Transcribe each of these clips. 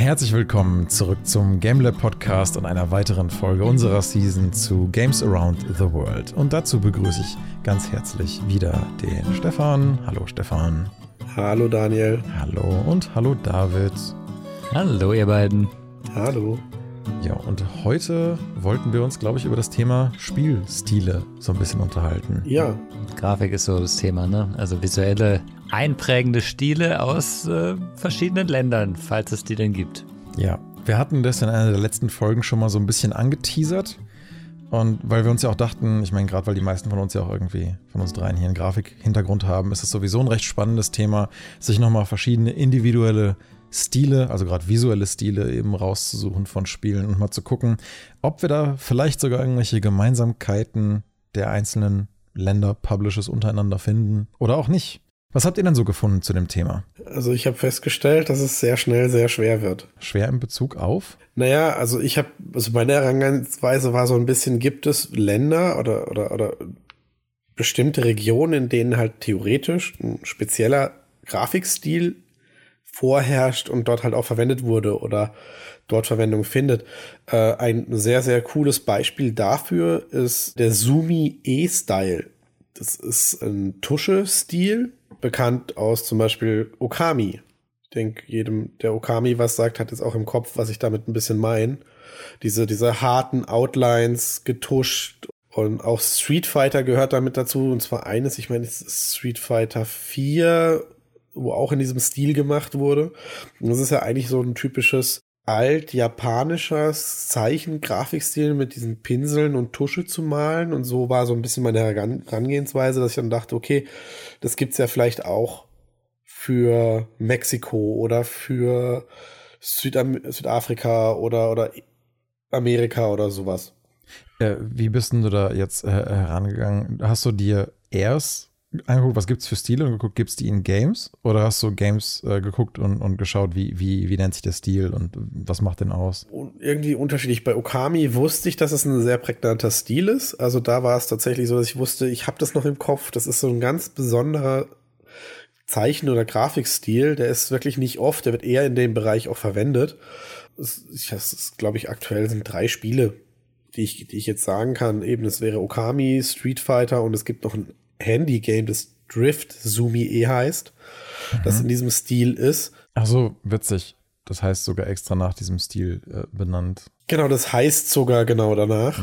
Herzlich willkommen zurück zum GameLab Podcast und einer weiteren Folge unserer Season zu Games Around the World. Und dazu begrüße ich ganz herzlich wieder den Stefan. Hallo Stefan. Hallo Daniel. Hallo und hallo David. Hallo ihr beiden. Hallo. Ja, und heute wollten wir uns, glaube ich, über das Thema Spielstile so ein bisschen unterhalten. Ja. Grafik ist so das Thema, ne? Also visuelle, einprägende Stile aus verschiedenen Ländern, falls es die denn gibt. Ja, wir hatten das in einer der letzten Folgen schon mal so ein bisschen angeteasert. Und weil wir uns ja auch dachten, ich meine, gerade weil die meisten von uns ja auch irgendwie, von uns dreien hier einen Grafikhintergrund haben, ist es sowieso ein recht spannendes Thema, sich nochmal verschiedene individuelle Stile, also gerade visuelle Stile eben rauszusuchen von Spielen und mal zu gucken, ob wir da vielleicht sogar irgendwelche Gemeinsamkeiten der einzelnen Länder, Publishers untereinander finden oder auch nicht. Was habt ihr denn so gefunden zu dem Thema? Also ich habe festgestellt, dass es sehr schnell sehr schwer wird. Schwer in Bezug auf? Naja, also meine Herangehensweise war so ein bisschen, gibt es Länder oder bestimmte Regionen, in denen halt theoretisch ein spezieller Grafikstil vorherrscht und dort halt auch verwendet wurde oder dort Verwendung findet. Ein sehr, sehr cooles Beispiel dafür ist der Sumi E-Style. Das ist ein Tuschestil, bekannt aus zum Beispiel Okami. Ich denke, jedem, der Okami was sagt, hat jetzt auch im Kopf, was ich damit ein bisschen meine. Diese harten Outlines, getuscht. Und auch Street Fighter gehört damit dazu. Und zwar eines, ich meine, es ist Street Fighter 4, wo auch in diesem Stil gemacht wurde. Und das ist ja eigentlich so ein typisches alt-japanischer Zeichen-Grafikstil mit diesen Pinseln und Tusche zu malen. Und so war so ein bisschen meine Herangehensweise, dass ich dann dachte, okay, das gibt's ja vielleicht auch für Mexiko oder für Südafrika oder Amerika oder sowas. Wie bist denn du da jetzt herangegangen? Hast du dir erst angeguckt, was gibt's für Stile und geguckt, gibt's die in Games? Oder hast du Games geguckt und geschaut, wie nennt sich der Stil und was macht den aus? Irgendwie unterschiedlich. Bei Okami wusste ich, dass es ein sehr prägnanter Stil ist. Also da war es tatsächlich so, dass ich wusste, ich habe das noch im Kopf. Das ist so ein ganz besonderer Zeichen- oder Grafikstil. Der ist wirklich nicht oft, der wird eher in dem Bereich auch verwendet. Das ist, glaube ich, aktuell sind 3 Spiele, die ich jetzt sagen kann. Eben, es wäre Okami, Street Fighter und es gibt noch ein Handy-Game, das Drift Sumi E heißt, das in diesem Stil ist. Ach so, witzig. Das heißt sogar extra nach diesem Stil benannt. Genau, das heißt sogar genau danach.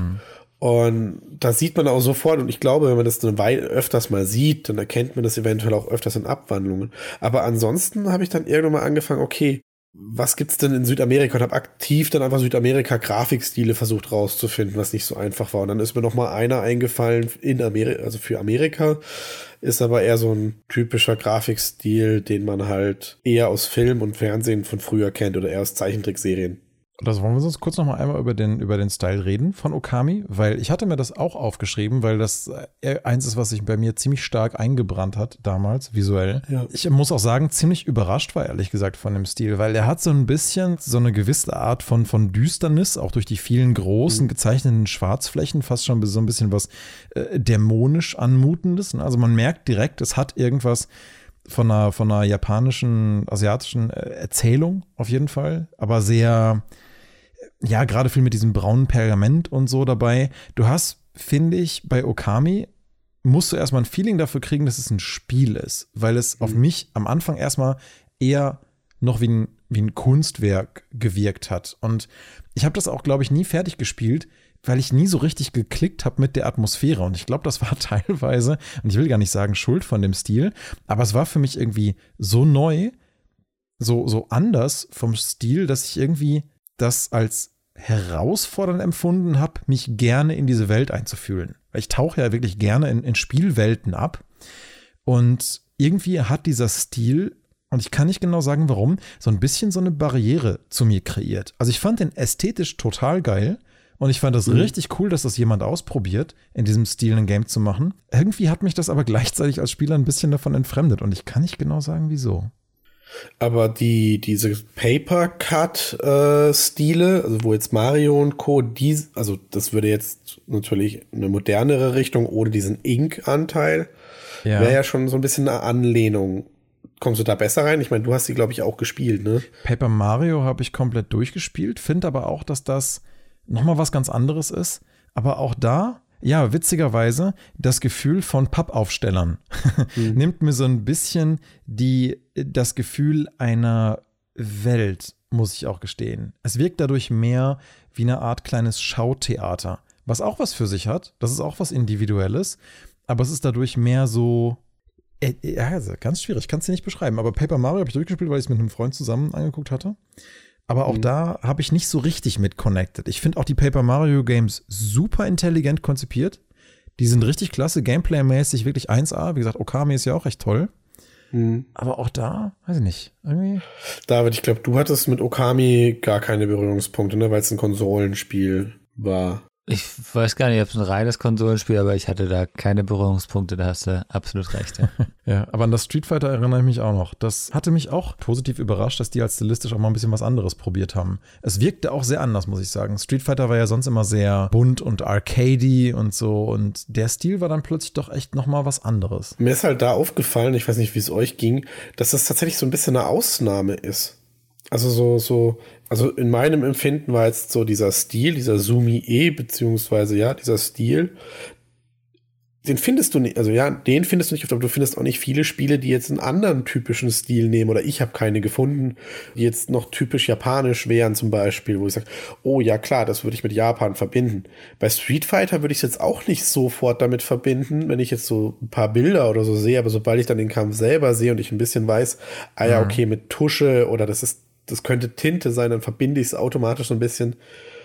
Und da sieht man auch sofort, und ich glaube, wenn man das eine Weile öfters mal sieht, dann erkennt man das eventuell auch öfters in Abwandlungen. Aber ansonsten habe ich dann irgendwann mal angefangen, okay, was gibt's denn in Südamerika? Und habe aktiv dann einfach Südamerika-Grafikstile versucht rauszufinden, was nicht so einfach war. Und dann ist mir noch mal einer eingefallen in Amerika, also für Amerika, ist aber eher so ein typischer Grafikstil, den man halt eher aus Film und Fernsehen von früher kennt oder eher aus Zeichentrickserien. Das wollen wir uns kurz noch mal einmal über den Style reden von Okami, weil ich hatte mir das auch aufgeschrieben, weil das eins ist, was sich bei mir ziemlich stark eingebrannt hat damals, visuell. Ja. Ich muss auch sagen, ziemlich überrascht war, ehrlich gesagt, von dem Stil, weil er hat so ein bisschen so eine gewisse Art von Düsternis, auch durch die vielen großen gezeichneten Schwarzflächen, fast schon so ein bisschen was dämonisch Anmutendes. Also man merkt direkt, es hat irgendwas von einer japanischen, asiatischen Erzählung auf jeden Fall, aber sehr, ja, gerade viel mit diesem braunen Pergament und so dabei. Du hast, finde ich, bei Okami musst du erstmal ein Feeling dafür kriegen, dass es ein Spiel ist, weil es auf mich am Anfang erstmal eher noch wie ein Kunstwerk gewirkt hat. Und ich habe das auch, glaube ich, nie fertig gespielt, weil ich nie so richtig geklickt habe mit der Atmosphäre. Und ich glaube, das war teilweise, und ich will gar nicht sagen Schuld von dem Stil, aber es war für mich irgendwie so neu, so anders vom Stil, dass ich irgendwie das als herausfordernd empfunden habe, mich gerne in diese Welt einzufühlen. Weil ich tauche ja wirklich gerne in Spielwelten ab. Und irgendwie hat dieser Stil, und ich kann nicht genau sagen, warum, so ein bisschen so eine Barriere zu mir kreiert. Also ich fand den ästhetisch total geil. Und ich fand das richtig cool, dass das jemand ausprobiert, in diesem Stil ein Game zu machen. Irgendwie hat mich das aber gleichzeitig als Spieler ein bisschen davon entfremdet. Und ich kann nicht genau sagen, wieso. Aber diese Paper-Cut-Stile, also wo jetzt Mario und Co., also das würde jetzt natürlich eine modernere Richtung ohne diesen Ink-Anteil, wäre ja schon so ein bisschen eine Anlehnung Kommst du da besser rein? Ich meine, du hast die, glaube ich, auch gespielt, ne? Paper Mario habe ich komplett durchgespielt, finde aber auch, dass das nochmal was ganz anderes ist. Aber auch da, ja, witzigerweise, das Gefühl von Pappaufstellern nimmt mir so ein bisschen das Gefühl einer Welt, muss ich auch gestehen. Es wirkt dadurch mehr wie eine Art kleines Schautheater, was auch was für sich hat. Das ist auch was Individuelles, aber es ist dadurch mehr so. Ja, also ganz schwierig, kannst du nicht beschreiben. Aber Paper Mario habe ich durchgespielt, weil ich es mit einem Freund zusammen angeguckt hatte. Aber auch da habe ich nicht so richtig mit connected. Ich finde auch die Paper Mario Games super intelligent konzipiert. Die sind richtig klasse, Gameplay-mäßig wirklich 1A. Wie gesagt, Okami ist ja auch recht toll. Aber auch da, weiß ich nicht, irgendwie. David, ich glaube, du hattest mit Okami gar keine Berührungspunkte, ne, weil es ein Konsolenspiel war. Ich weiß gar nicht, ob es ein reines Konsolenspiel, aber ich hatte da keine Berührungspunkte, da hast du absolut recht. Ja. Ja, aber an das Street Fighter erinnere ich mich auch noch. Das hatte mich auch positiv überrascht, dass die als stilistisch auch mal ein bisschen was anderes probiert haben. Es wirkte auch sehr anders, muss ich sagen. Street Fighter war ja sonst immer sehr bunt und arcadey und so und der Stil war dann plötzlich doch echt nochmal was anderes. Mir ist halt da aufgefallen, ich weiß nicht, wie es euch ging, dass das tatsächlich so ein bisschen eine Ausnahme ist. Also also in meinem Empfinden war jetzt so dieser Stil, dieser Sumi-E, beziehungsweise ja, dieser Stil, den findest du nicht, also ja, den findest du nicht oft, aber du findest auch nicht viele Spiele, die jetzt einen anderen typischen Stil nehmen, oder ich habe keine gefunden, die jetzt noch typisch japanisch wären zum Beispiel, wo ich sage, oh ja klar, das würde ich mit Japan verbinden. Bei Street Fighter würde ich es jetzt auch nicht sofort damit verbinden, wenn ich jetzt so ein paar Bilder oder so sehe, aber sobald ich dann den Kampf selber sehe und ich ein bisschen weiß, okay, mit Tusche oder das könnte Tinte sein, dann verbinde ich es automatisch so ein bisschen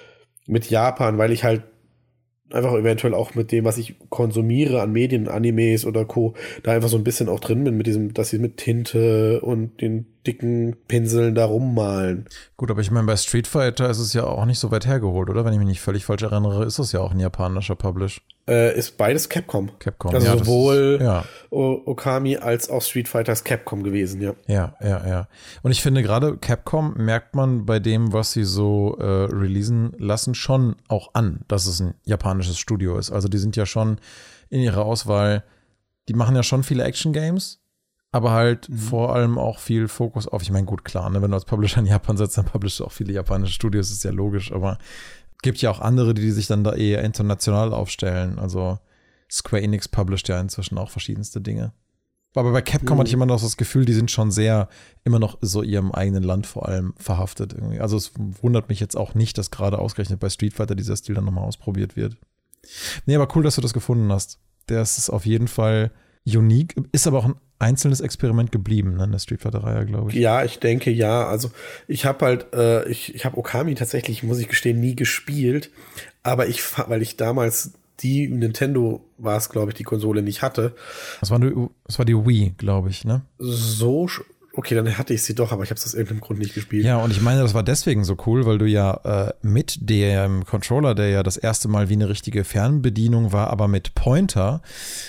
mit Japan, weil ich halt einfach eventuell auch mit dem, was ich konsumiere an Medien, Animes oder Co., da einfach so ein bisschen auch drin bin mit diesem, dass sie mit Tinte und den dicken Pinseln da rummalen. Gut, aber ich meine, bei Street Fighter ist es ja auch nicht so weit hergeholt, oder? Wenn ich mich nicht völlig falsch erinnere, ist es ja auch ein japanischer Publish. Ist beides Capcom. Also ja, sowohl Okami als auch Street Fighter ist Capcom gewesen, ja. Ja. Und ich finde, gerade Capcom merkt man bei dem, was sie so releasen lassen, schon auch an, dass es ein japanisches Studio ist. Also die sind ja schon in ihrer Auswahl, die machen ja schon viele Action-Games, aber halt vor allem auch viel Fokus auf, ich meine, gut, klar, ne, wenn du als Publisher in Japan setzt, dann publishst du auch viele japanische Studios, ist ja logisch, aber gibt ja auch andere, die sich dann da eher international aufstellen. Also Square Enix publisht ja inzwischen auch verschiedenste Dinge. Aber bei Capcom hatte ich immer noch das Gefühl, die sind schon sehr, immer noch so ihrem eigenen Land vor allem verhaftet irgendwie. Also es wundert mich jetzt auch nicht, dass gerade ausgerechnet bei Street Fighter dieser Stil dann nochmal ausprobiert wird. Nee, aber cool, dass du das gefunden hast. Das ist auf jeden Fall unique, ist aber auch ein einzelnes Experiment geblieben, ne, in der Street Fighter-Reihe, glaube ich. Ja, ich denke, ja. Also ich habe halt, ich habe Okami tatsächlich, muss ich gestehen, nie gespielt. Aber weil ich damals die Nintendo war es, glaube ich, die Konsole nicht hatte. Das war die Wii, glaube ich, ne? Okay, dann hatte ich sie doch, aber ich habe es aus irgendeinem Grund nicht gespielt. Ja, und ich meine, das war deswegen so cool, weil du ja mit dem Controller, der ja das erste Mal wie eine richtige Fernbedienung war, aber mit Pointer,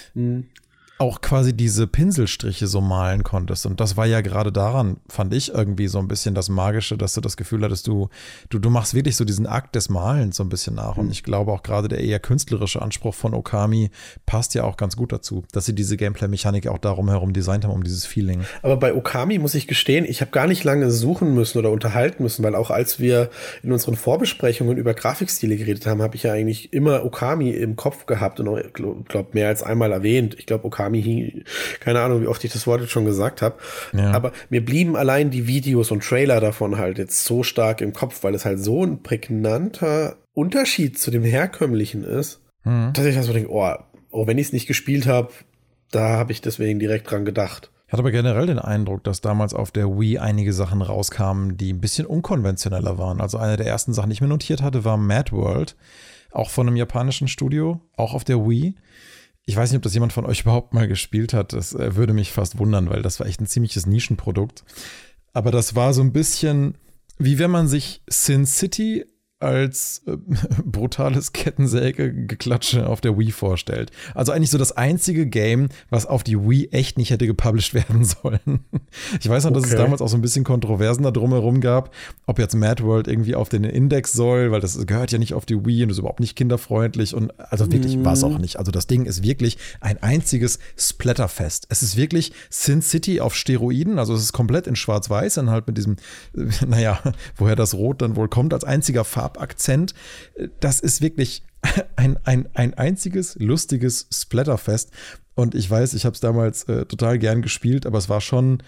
auch quasi diese Pinselstriche so malen konntest. Und das war ja gerade daran, fand ich irgendwie so ein bisschen das Magische, dass du das Gefühl hattest, du machst wirklich so diesen Akt des Malens so ein bisschen nach. Und ich glaube auch gerade der eher künstlerische Anspruch von Okami passt ja auch ganz gut dazu, dass sie diese Gameplay-Mechanik auch darum herum designt haben, um dieses Feeling. Aber bei Okami muss ich gestehen, ich habe gar nicht lange suchen müssen oder unterhalten müssen, weil auch als wir in unseren Vorbesprechungen über Grafikstile geredet haben, habe ich ja eigentlich immer Okami im Kopf gehabt und ich glaube mehr als einmal erwähnt. Ich glaube, Okami, keine Ahnung, wie oft ich das Wort jetzt schon gesagt habe. Ja. Aber mir blieben allein die Videos und Trailer davon halt jetzt so stark im Kopf, weil es halt so ein prägnanter Unterschied zu dem herkömmlichen ist, dass ich so denke, oh, wenn ich es nicht gespielt habe, da habe ich deswegen direkt dran gedacht. Ich hatte aber generell den Eindruck, dass damals auf der Wii einige Sachen rauskamen, die ein bisschen unkonventioneller waren. Also eine der ersten Sachen, die ich mir notiert hatte, war Mad World, auch von einem japanischen Studio, auch auf der Wii. Ich weiß nicht, ob das jemand von euch überhaupt mal gespielt hat. Das würde mich fast wundern, weil das war echt ein ziemliches Nischenprodukt. Aber das war so ein bisschen, wie wenn man sich Sin City als brutales Kettensäge-Geklatsche auf der Wii vorstellt. Also eigentlich so das einzige Game, was auf die Wii echt nicht hätte gepublished werden sollen. Ich weiß noch, dass es damals auch so ein bisschen Kontroversen da drumherum gab, ob jetzt Mad World irgendwie auf den Index soll, weil das gehört ja nicht auf die Wii und ist überhaupt nicht kinderfreundlich und also wirklich war es auch nicht. Also das Ding ist wirklich ein einziges Splatterfest. Es ist wirklich Sin City auf Steroiden, also es ist komplett in schwarz-weiß und halt mit diesem, naja, woher das Rot dann wohl kommt, als einziger Farbakzent. Das ist wirklich ein einziges lustiges Splatterfest. Und ich weiß, ich habe es damals total gern gespielt, aber es war schon,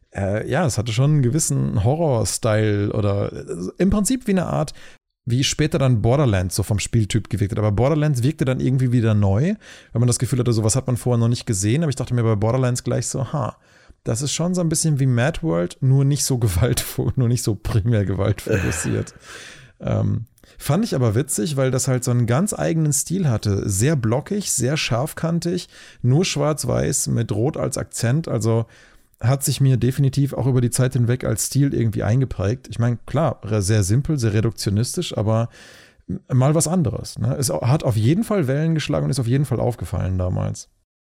es hatte schon einen gewissen Horror-Style oder im Prinzip wie eine Art, wie später dann Borderlands so vom Spieltyp gewirkt hat. Aber Borderlands wirkte dann irgendwie wieder neu, weil man das Gefühl hatte, sowas hat man vorher noch nicht gesehen. Aber ich dachte mir bei Borderlands gleich so, das ist schon so ein bisschen wie Mad World, nur nicht so nur nicht so primär gewaltfokussiert. Fand ich aber witzig, weil das halt so einen ganz eigenen Stil hatte. Sehr blockig, sehr scharfkantig, nur schwarz-weiß mit Rot als Akzent. Also hat sich mir definitiv auch über die Zeit hinweg als Stil irgendwie eingeprägt. Ich meine, klar, sehr simpel, sehr reduktionistisch, aber mal was anderes. Ne? Es hat auf jeden Fall Wellen geschlagen und ist auf jeden Fall aufgefallen damals.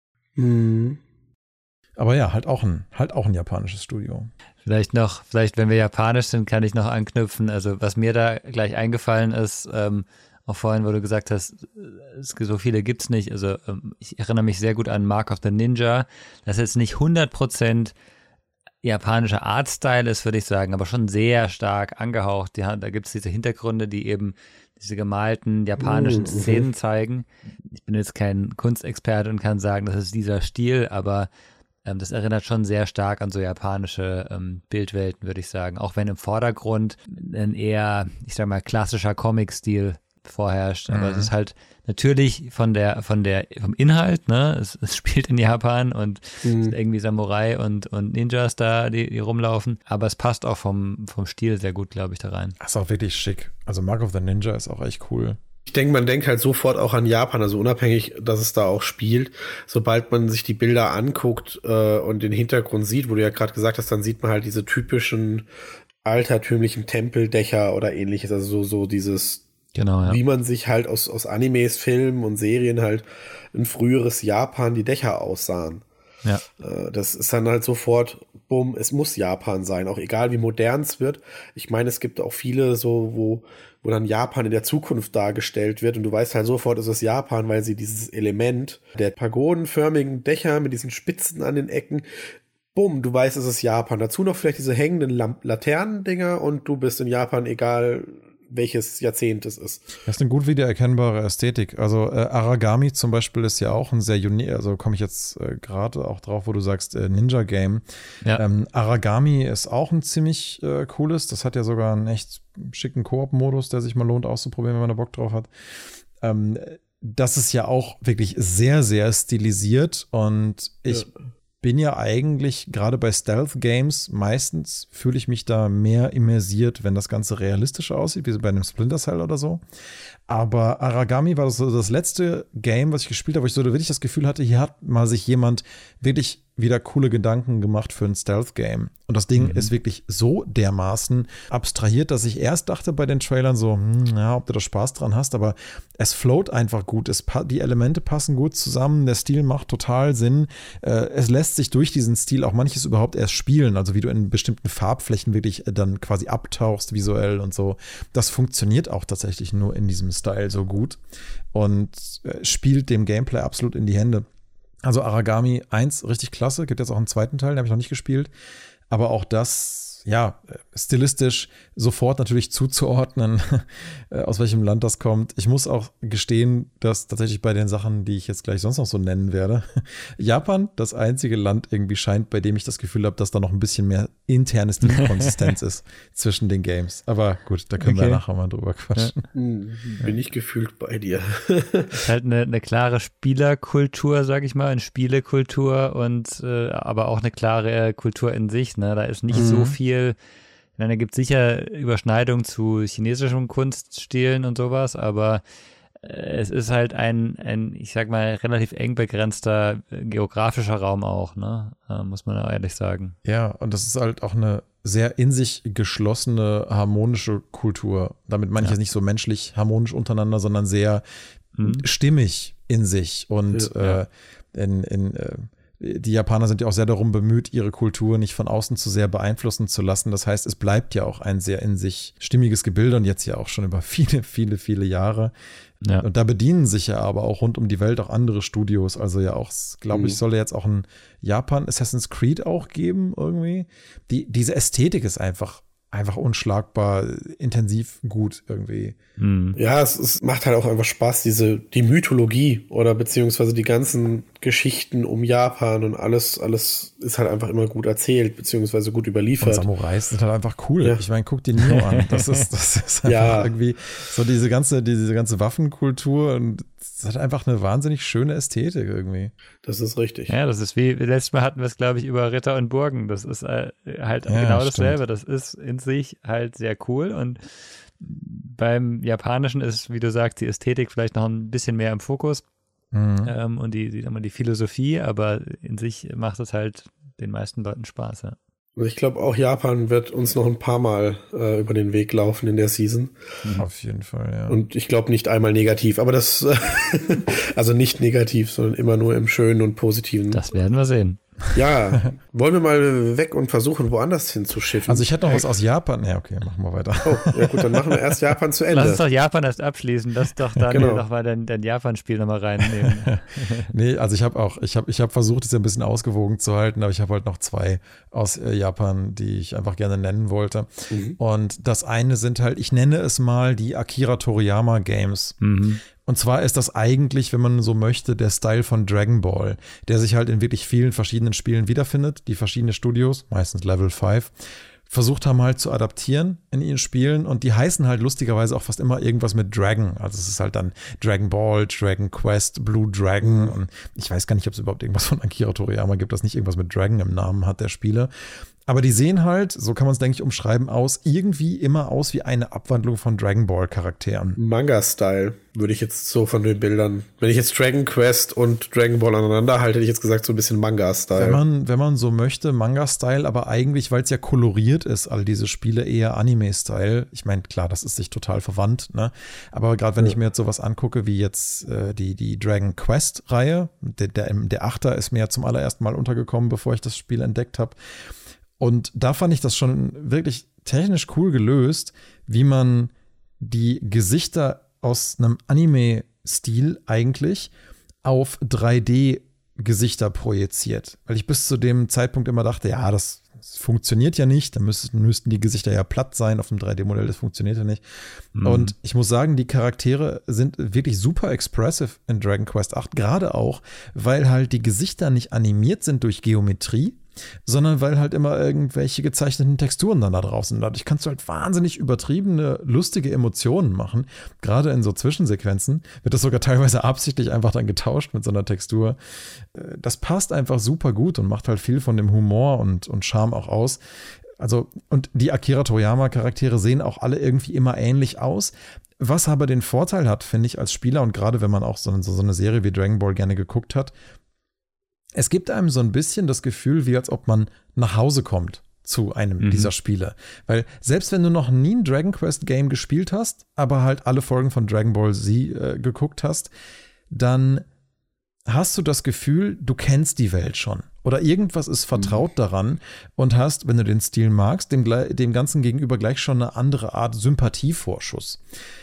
Mhm. Aber ja, halt auch ein japanisches Studio. Vielleicht, wenn wir japanisch sind, kann ich noch anknüpfen. Also was mir da gleich eingefallen ist, auch vorhin, wo du gesagt hast, so viele gibt's nicht. Also ich erinnere mich sehr gut an Mark of the Ninja. Das ist jetzt nicht 100% japanischer Artstyle ist, würde ich sagen, aber schon sehr stark angehaucht. Da gibt's diese Hintergründe, die eben diese gemalten japanischen Szenen zeigen. Ich bin jetzt kein Kunstexperte und kann sagen, das ist dieser Stil, aber das erinnert schon sehr stark an so japanische Bildwelten, würde ich sagen. Auch wenn im Vordergrund ein eher, ich sag mal, klassischer Comic-Stil vorherrscht. Aber es ist halt natürlich vom Inhalt, ne? Es spielt in Japan und es sind irgendwie Samurai und Ninjas da, die rumlaufen. Aber es passt auch vom Stil sehr gut, glaube ich, da rein. Das ist auch wirklich schick. Also Mark of the Ninja ist auch echt cool. Ich denke, man denkt halt sofort auch an Japan, also unabhängig, dass es da auch spielt. Sobald man sich die Bilder anguckt und den Hintergrund sieht, wo du ja gerade gesagt hast, dann sieht man halt diese typischen altertümlichen Tempeldächer oder ähnliches. Also so dieses, genau, ja. Wie man sich halt aus Animes, Filmen und Serien halt ein früheres Japan die Dächer aussahen. Ja. Das ist dann halt sofort, bumm, es muss Japan sein, auch egal wie modern es wird. Ich meine, es gibt auch viele so, wo dann Japan in der Zukunft dargestellt wird und du weißt halt sofort, es ist Japan, weil sie dieses Element der pagodenförmigen Dächer mit diesen Spitzen an den Ecken, bumm, du weißt, es ist Japan. Dazu noch vielleicht diese hängenden Laternendinger und du bist in Japan, egal welches Jahrzehnt es ist. Das ist eine gut wiedererkennbare Ästhetik. Also Aragami zum Beispiel ist ja auch ein sehr unique, also komme ich jetzt gerade auch drauf, wo du sagst Ninja-Game. Ja. Aragami ist auch ein ziemlich cooles, das hat ja sogar einen echt schicken Koop-Modus, der sich mal lohnt auszuprobieren, wenn man da Bock drauf hat. Das ist ja auch wirklich sehr, sehr stilisiert und ich bin ja eigentlich, gerade bei Stealth-Games, meistens fühle ich mich da mehr immersiert, wenn das Ganze realistisch aussieht, wie bei einem Splinter Cell oder so. Aber Aragami war so das letzte Game, was ich gespielt habe, wo ich so wirklich das Gefühl hatte, hier hat mal sich jemand wirklich wieder coole Gedanken gemacht für ein Stealth-Game. Und das Ding ist wirklich so dermaßen abstrahiert, dass ich erst dachte bei den Trailern so, ob du da Spaß dran hast, aber es float einfach gut. Die Elemente passen gut zusammen, der Stil macht total Sinn. Es lässt sich durch diesen Stil auch manches überhaupt erst spielen, also wie du in bestimmten Farbflächen wirklich dann quasi abtauchst visuell und so. Das funktioniert auch tatsächlich nur in diesem Style so gut und spielt dem Gameplay absolut in die Hände. Also Aragami 1, richtig klasse, gibt jetzt auch einen zweiten Teil, den habe ich noch nicht gespielt, aber auch das, ja, stilistisch sofort natürlich zuzuordnen, aus welchem Land das kommt. Ich muss auch gestehen, dass tatsächlich bei den Sachen, die ich jetzt gleich sonst noch so nennen werde, Japan das einzige Land irgendwie scheint, bei dem ich das Gefühl habe, dass da noch ein bisschen mehr interne Stilkonsistenz ist zwischen den Games. Aber gut, da können wir nachher mal drüber quatschen. Ja. Bin ich gefühlt bei dir. Ist halt eine klare Spielerkultur, sag ich mal, eine Spielekultur und aber auch eine klare Kultur in sich. Ne? Da ist nicht so viel. Ich meine, da gibt es sicher Überschneidungen zu chinesischen Kunststilen und sowas, aber es ist halt ein, ich sag mal, relativ eng begrenzter geografischer Raum auch, ne? Muss man auch ehrlich sagen. Ja, und das ist halt auch eine sehr in sich geschlossene, harmonische Kultur. Damit meine ich jetzt nicht so menschlich harmonisch untereinander, sondern sehr stimmig in sich. Und die Japaner sind ja auch sehr darum bemüht, ihre Kultur nicht von außen zu sehr beeinflussen zu lassen. Das heißt, es bleibt ja auch ein sehr in sich stimmiges Gebilde und jetzt ja auch schon über viele, viele, viele Jahre. Ja. Und da bedienen sich ja aber auch rund um die Welt auch andere Studios. Also ja auch, glaube ich, soll jetzt auch ein Japan Assassin's Creed auch geben irgendwie. Diese Ästhetik ist einfach unschlagbar intensiv gut irgendwie. Ja, es macht halt auch einfach Spaß, die Mythologie oder beziehungsweise die ganzen Geschichten um Japan und alles ist halt einfach immer gut erzählt, beziehungsweise gut überliefert. Und Samurais sind halt einfach cool. Ja. Ich meine, guck dir Nioh an. Das ist einfach irgendwie so diese ganze Waffenkultur und es hat einfach eine wahnsinnig schöne Ästhetik irgendwie. Das ist richtig. Ja, das ist wie letztes Mal hatten wir es, glaube ich, über Ritter und Burgen. Das ist halt genau dasselbe. Stimmt. Das ist in sich halt sehr cool und beim Japanischen ist, wie du sagst, die Ästhetik vielleicht noch ein bisschen mehr im Fokus und die Philosophie, aber in sich macht es halt den meisten Leuten Spaß, ja. Ich glaube, auch Japan wird uns noch ein paar Mal über den Weg laufen in der Season. Auf jeden Fall, ja. Und ich glaube nicht einmal negativ, aber das, also nicht negativ, sondern immer nur im Schönen und Positiven. Das werden wir sehen. Ja, wollen wir mal weg und versuchen, woanders hinzuschiffen? Also ich hätte noch was aus Japan. Ja, okay, machen wir weiter. Oh, ja gut, dann machen wir erst Japan zu Ende. Lass uns doch Japan erst abschließen. Lass doch Daniel noch mal dein Japan-Spiel nochmal reinnehmen. Nee, also ich habe versucht, es ein bisschen ausgewogen zu halten, aber ich habe halt noch 2 aus Japan, die ich einfach gerne nennen wollte. Und das eine sind halt, ich nenne es mal die Akira Toriyama Games. Und zwar ist das eigentlich, wenn man so möchte, der Style von Dragon Ball, der sich halt in wirklich vielen verschiedenen Spielen wiederfindet, die verschiedene Studios, meistens Level 5, versucht haben halt zu adaptieren in ihren Spielen und die heißen halt lustigerweise auch fast immer irgendwas mit Dragon. Also es ist halt dann Dragon Ball, Dragon Quest, Blue Dragon und ich weiß gar nicht, ob es überhaupt irgendwas von Akira Toriyama gibt, das nicht irgendwas mit Dragon im Namen hat, der Spiele. Aber die sehen halt, so kann man es, denke ich, umschreiben, irgendwie immer aus wie eine Abwandlung von Dragon Ball Charakteren. Manga-Style würde ich jetzt so von den Bildern. Wenn ich jetzt Dragon Quest und Dragon Ball aneinander halte, hätte ich jetzt gesagt, so ein bisschen Manga-Style. Wenn man so möchte, Manga-Style, aber eigentlich, weil es ja koloriert ist, all diese Spiele eher Anime-Style. Ich meine, klar, das ist sich total verwandt, ne? Aber gerade wenn ich mir jetzt sowas angucke, wie jetzt die Dragon Quest-Reihe, der Achter ist mir ja zum allerersten Mal untergekommen, bevor ich das Spiel entdeckt habe. Und da fand ich das schon wirklich technisch cool gelöst, wie man die Gesichter aus einem Anime-Stil eigentlich auf 3D-Gesichter projiziert. Weil ich bis zu dem Zeitpunkt immer dachte, ja, das funktioniert ja nicht, da müssten die Gesichter ja platt sein auf dem 3D-Modell, das funktioniert ja nicht. Und ich muss sagen, die Charaktere sind wirklich super expressive in Dragon Quest 8, gerade auch, weil halt die Gesichter nicht animiert sind durch Geometrie, sondern weil halt immer irgendwelche gezeichneten Texturen dann da drauf sind. Dadurch kannst du halt wahnsinnig übertriebene, lustige Emotionen machen. Gerade in so Zwischensequenzen wird das sogar teilweise absichtlich einfach dann getauscht mit so einer Textur. Das passt einfach super gut und macht halt viel von dem Humor und Charme auch aus. Also, und die Akira Toriyama-Charaktere sehen auch alle irgendwie immer ähnlich aus. Was aber den Vorteil hat, finde ich, als Spieler und gerade wenn man auch so eine Serie wie Dragon Ball gerne geguckt hat, es gibt einem so ein bisschen das Gefühl, wie als ob man nach Hause kommt zu einem dieser Spiele. Weil selbst wenn du noch nie ein Dragon Quest Game gespielt hast, aber halt alle Folgen von Dragon Ball Z geguckt hast, dann hast du das Gefühl, du kennst die Welt schon. Oder irgendwas ist vertraut daran und hast, wenn du den Stil magst, dem Ganzen gegenüber gleich schon eine andere Art Sympathievorschuss.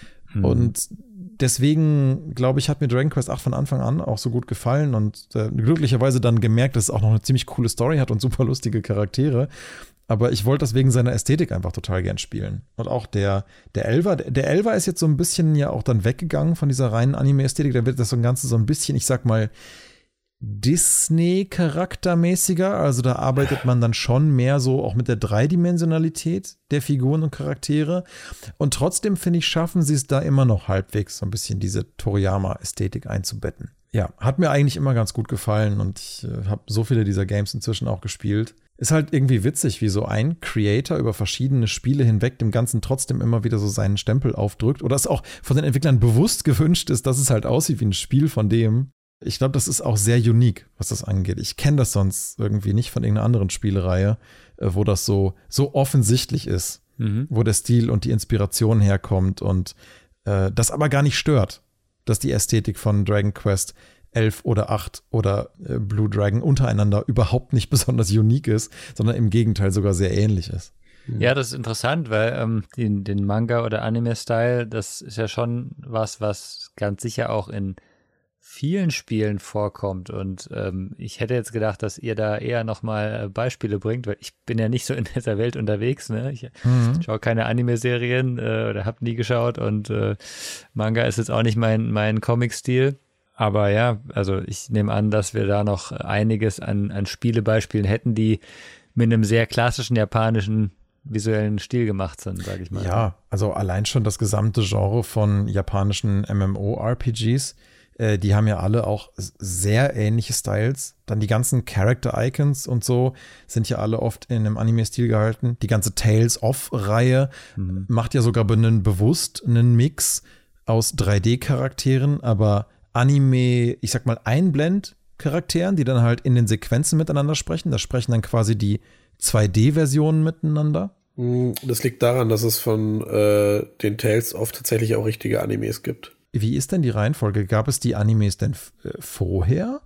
Und deswegen, glaube ich, hat mir Dragon Quest 8 von Anfang an auch so gut gefallen und glücklicherweise dann gemerkt, dass es auch noch eine ziemlich coole Story hat und super lustige Charaktere. Aber ich wollte das wegen seiner Ästhetik einfach total gern spielen. Und auch der Elfer, der Elfer ist jetzt so ein bisschen ja auch dann weggegangen von dieser reinen Anime-Ästhetik. Da wird das so ein Ganze so ein bisschen, ich sag mal, Disney-charaktermäßiger. Also da arbeitet man dann schon mehr so auch mit der Dreidimensionalität der Figuren und Charaktere. Und trotzdem, finde ich, schaffen sie es da immer noch halbwegs so ein bisschen diese Toriyama-Ästhetik einzubetten. Ja, hat mir eigentlich immer ganz gut gefallen und ich habe so viele dieser Games inzwischen auch gespielt. Ist halt irgendwie witzig, wie so ein Creator über verschiedene Spiele hinweg dem Ganzen trotzdem immer wieder so seinen Stempel aufdrückt oder es auch von den Entwicklern bewusst gewünscht ist, dass es halt aussieht wie ein Spiel von dem. Ich glaube, das ist auch sehr unique, was das angeht. Ich kenne das sonst irgendwie nicht von irgendeiner anderen Spielereihe, wo das so offensichtlich ist, wo der Stil und die Inspiration herkommt und das aber gar nicht stört, dass die Ästhetik von Dragon Quest 11 oder 8 oder Blue Dragon untereinander überhaupt nicht besonders unique ist, sondern im Gegenteil sogar sehr ähnlich ist. Ja, das ist interessant, weil den Manga- oder Anime-Style, das ist ja schon was ganz sicher auch in vielen Spielen vorkommt. Und ich hätte jetzt gedacht, dass ihr da eher nochmal Beispiele bringt, weil ich bin ja nicht so in dieser Welt unterwegs. Ne? Ich schaue keine Anime-Serien oder habe nie geschaut und Manga ist jetzt auch nicht mein Comic-Stil. Aber ja, also ich nehme an, dass wir da noch einiges an Spielebeispielen hätten, die mit einem sehr klassischen japanischen visuellen Stil gemacht sind, sage ich mal. Ja, also allein schon das gesamte Genre von japanischen MMORPGs, die haben ja alle auch sehr ähnliche Styles. Dann die ganzen Character-Icons und so sind ja alle oft in einem Anime-Stil gehalten. Die ganze Tales-of-Reihe macht ja sogar bewusst einen Mix aus 3D-Charakteren, aber Anime, ich sag mal Einblend-Charakteren, die dann halt in den Sequenzen miteinander sprechen. Da sprechen dann quasi die 2D-Versionen miteinander. Das liegt daran, dass es von den Tales of tatsächlich auch richtige Animes gibt. Wie ist denn die Reihenfolge? Gab es die Animes denn vorher?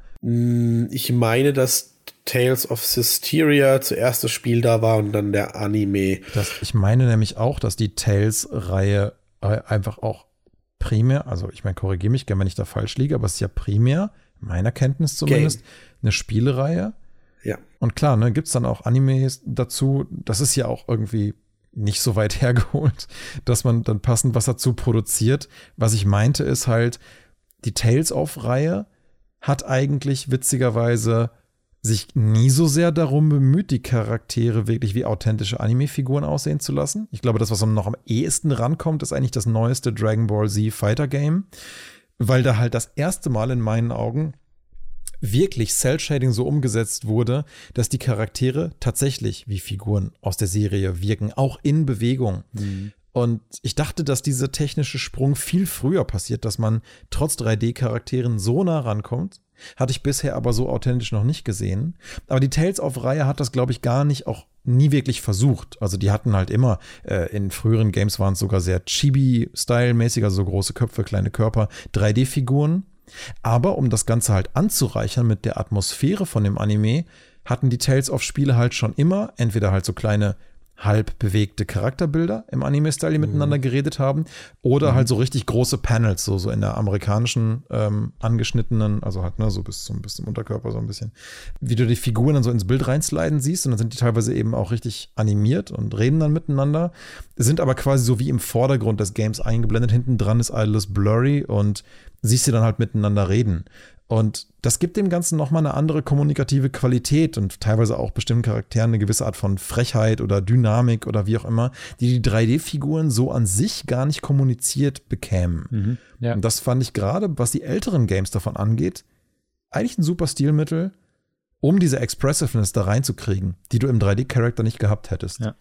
Ich meine, dass Tales of Systeria zuerst das Spiel da war und dann der Anime. Ich meine nämlich auch, dass die Tales-Reihe einfach auch primär, also ich meine, korrigiere mich gerne, wenn ich da falsch liege, aber es ist ja primär, meiner Kenntnis zumindest, eine Spielereihe. Ja. Und klar, ne, gibt es dann auch Animes dazu. Das ist ja auch irgendwie nicht so weit hergeholt, dass man dann passend was dazu produziert. Was ich meinte, ist halt, die Tales-of-Reihe hat eigentlich witzigerweise sich nie so sehr darum bemüht, die Charaktere wirklich wie authentische Anime-Figuren aussehen zu lassen. Ich glaube, das, was noch am ehesten rankommt, ist eigentlich das neueste Dragon Ball Z Fighter Game, weil da halt das erste Mal in meinen Augen wirklich Cell-Shading so umgesetzt wurde, dass die Charaktere tatsächlich wie Figuren aus der Serie wirken, auch in Bewegung. Und ich dachte, dass dieser technische Sprung viel früher passiert, dass man trotz 3D-Charakteren so nah rankommt. Hatte ich bisher aber so authentisch noch nicht gesehen. Aber die Tales-of-Reihe hat das, glaube ich, gar nicht, auch nie wirklich versucht. Also die hatten halt immer, in früheren Games waren es sogar sehr Chibi-Style-mäßig, also so große Köpfe, kleine Körper, 3D-Figuren. Aber um das Ganze halt anzureichern mit der Atmosphäre von dem Anime, hatten die Tales-of-Spiele halt schon immer entweder halt so kleine halb bewegte Charakterbilder im Anime-Style, die miteinander geredet haben, oder halt so richtig große Panels, so in der amerikanischen angeschnittenen, also halt so bis zum Unterkörper so ein bisschen, wie du die Figuren dann so ins Bild reinsliden siehst, und dann sind die teilweise eben auch richtig animiert und reden dann miteinander, sind aber quasi so wie im Vordergrund des Games eingeblendet, hinten dran ist alles blurry und siehst sie dann halt miteinander reden. Und das gibt dem Ganzen nochmal eine andere kommunikative Qualität und teilweise auch bestimmten Charakteren eine gewisse Art von Frechheit oder Dynamik oder wie auch immer, die 3D-Figuren so an sich gar nicht kommuniziert bekämen. Ja. Und das fand ich gerade, was die älteren Games davon angeht, eigentlich ein super Stilmittel, um diese Expressiveness da reinzukriegen, die du im 3D-Charakter nicht gehabt hättest. Ja.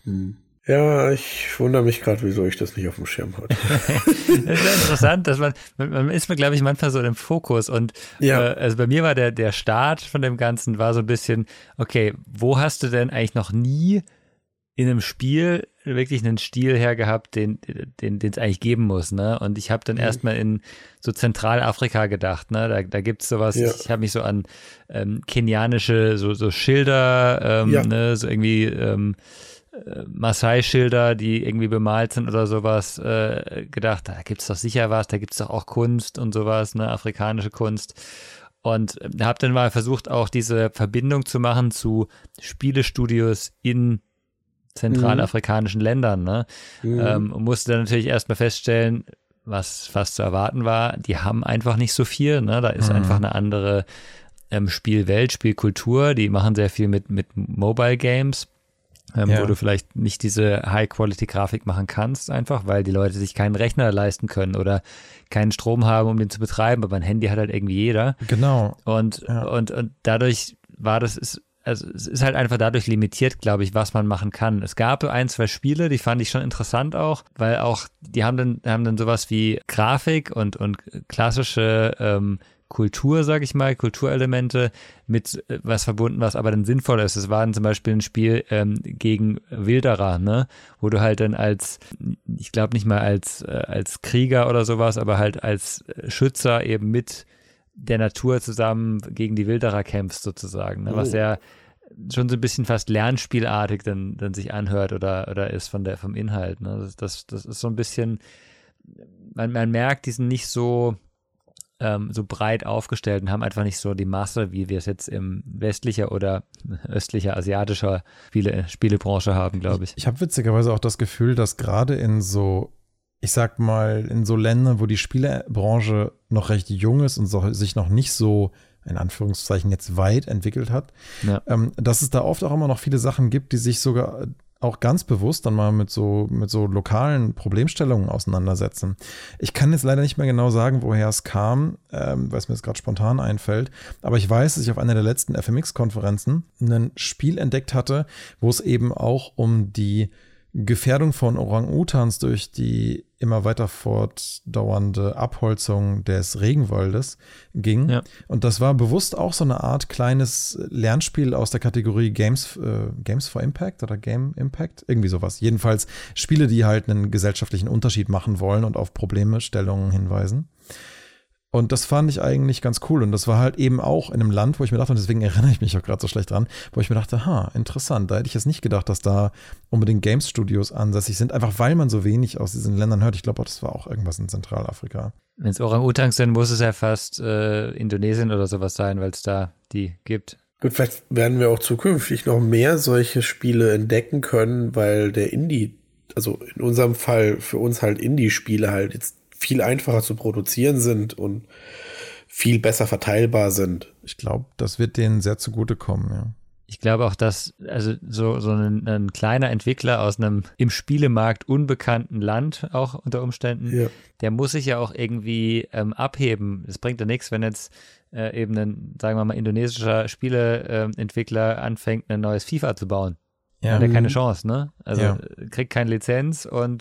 Ja, ich wundere mich gerade, wieso ich das nicht auf dem Schirm hatte. Das ist ja interessant, dass man ist, glaube ich, manchmal so im Fokus und also bei mir war der Start von dem Ganzen war so ein bisschen, okay, wo hast du denn eigentlich noch nie in einem Spiel wirklich einen Stil hergehabt, den es eigentlich geben muss, ne? Und ich habe dann erstmal in so Zentralafrika gedacht, ne? Da gibt's sowas, ich habe mich so an kenianische so Schilder, ne? So irgendwie Maasai-Schilder, die irgendwie bemalt sind oder sowas, gedacht, da gibt's doch sicher was, da gibt's doch auch Kunst und sowas, ne, afrikanische Kunst. Und habe dann mal versucht, auch diese Verbindung zu machen zu Spielestudios in zentralafrikanischen Ländern, ne? Und musste dann natürlich erstmal feststellen, was fast zu erwarten war, die haben einfach nicht so viel, ne? Da ist einfach eine andere Spielwelt, Spielkultur, die machen sehr viel mit Mobile Games. Wo du vielleicht nicht diese High-Quality-Grafik machen kannst, einfach, weil die Leute sich keinen Rechner leisten können oder keinen Strom haben, um den zu betreiben, aber ein Handy hat halt irgendwie jeder. Genau. Und dadurch es ist halt einfach dadurch limitiert, glaube ich, was man machen kann. Es gab 1, 2 Spiele, die fand ich schon interessant auch, weil auch, die haben dann sowas wie Grafik und klassische Kultur, sag ich mal, Kulturelemente mit was verbunden, was aber dann sinnvoll ist. Es war dann zum Beispiel ein Spiel gegen Wilderer, ne, wo du halt dann ich glaube nicht mal als Krieger oder sowas, aber halt als Schützer eben mit der Natur zusammen gegen die Wilderer kämpfst sozusagen, ne, was ja schon so ein bisschen fast lernspielartig dann sich anhört oder ist vom Inhalt. Ne? Das ist so ein bisschen, man merkt, die sind nicht so breit aufgestellt und haben einfach nicht so die Masse, wie wir es jetzt im westlicher oder östlicher, asiatischer Spielebranche haben, glaube ich. Ich habe witzigerweise auch das Gefühl, dass gerade in so, ich sag mal, in so Ländern, wo die Spielebranche noch recht jung ist und sich noch nicht so in Anführungszeichen jetzt weit entwickelt hat, ja, dass es da oft auch immer noch viele Sachen gibt, die sich sogar auch ganz bewusst dann mal mit so lokalen Problemstellungen auseinandersetzen. Ich kann jetzt leider nicht mehr genau sagen, woher es kam, weil es mir jetzt gerade spontan einfällt, aber ich weiß, dass ich auf einer der letzten FMX-Konferenzen ein Spiel entdeckt hatte, wo es eben auch um die Gefährdung von Orang-Utans durch die immer weiter fortdauernde Abholzung des Regenwaldes ging. Ja. Und das war bewusst auch so eine Art kleines Lernspiel aus der Kategorie Games for Impact oder Game Impact, irgendwie sowas. Jedenfalls Spiele, die halt einen gesellschaftlichen Unterschied machen wollen und auf Problemstellungen hinweisen. Und das fand ich eigentlich ganz cool. Und das war halt eben auch in einem Land, wo ich mir dachte, und deswegen erinnere ich mich auch gerade so schlecht dran, wo ich mir dachte, interessant, da hätte ich jetzt nicht gedacht, dass da unbedingt Games-Studios ansässig sind, einfach weil man so wenig aus diesen Ländern hört. Ich glaube, das war auch irgendwas in Zentralafrika. Wenn es Orang-Utans sind, muss es ja fast Indonesien oder sowas sein, weil es da die gibt. Gut, vielleicht werden wir auch zukünftig noch mehr solche Spiele entdecken können, weil der Indie, also in unserem Fall für uns halt Indie-Spiele halt jetzt viel einfacher zu produzieren sind und viel besser verteilbar sind. Ich glaube, das wird denen sehr zugutekommen, ja. Ich glaube auch, dass also so ein kleiner Entwickler aus einem im Spielemarkt unbekannten Land auch unter Umständen, ja, der muss sich ja auch irgendwie abheben. Es bringt ja nichts, wenn jetzt eben ein, sagen wir mal, indonesischer Spieleentwickler anfängt, ein neues FIFA zu bauen. Ja. Hat er keine Chance, ne? Also ja, kriegt keine Lizenz und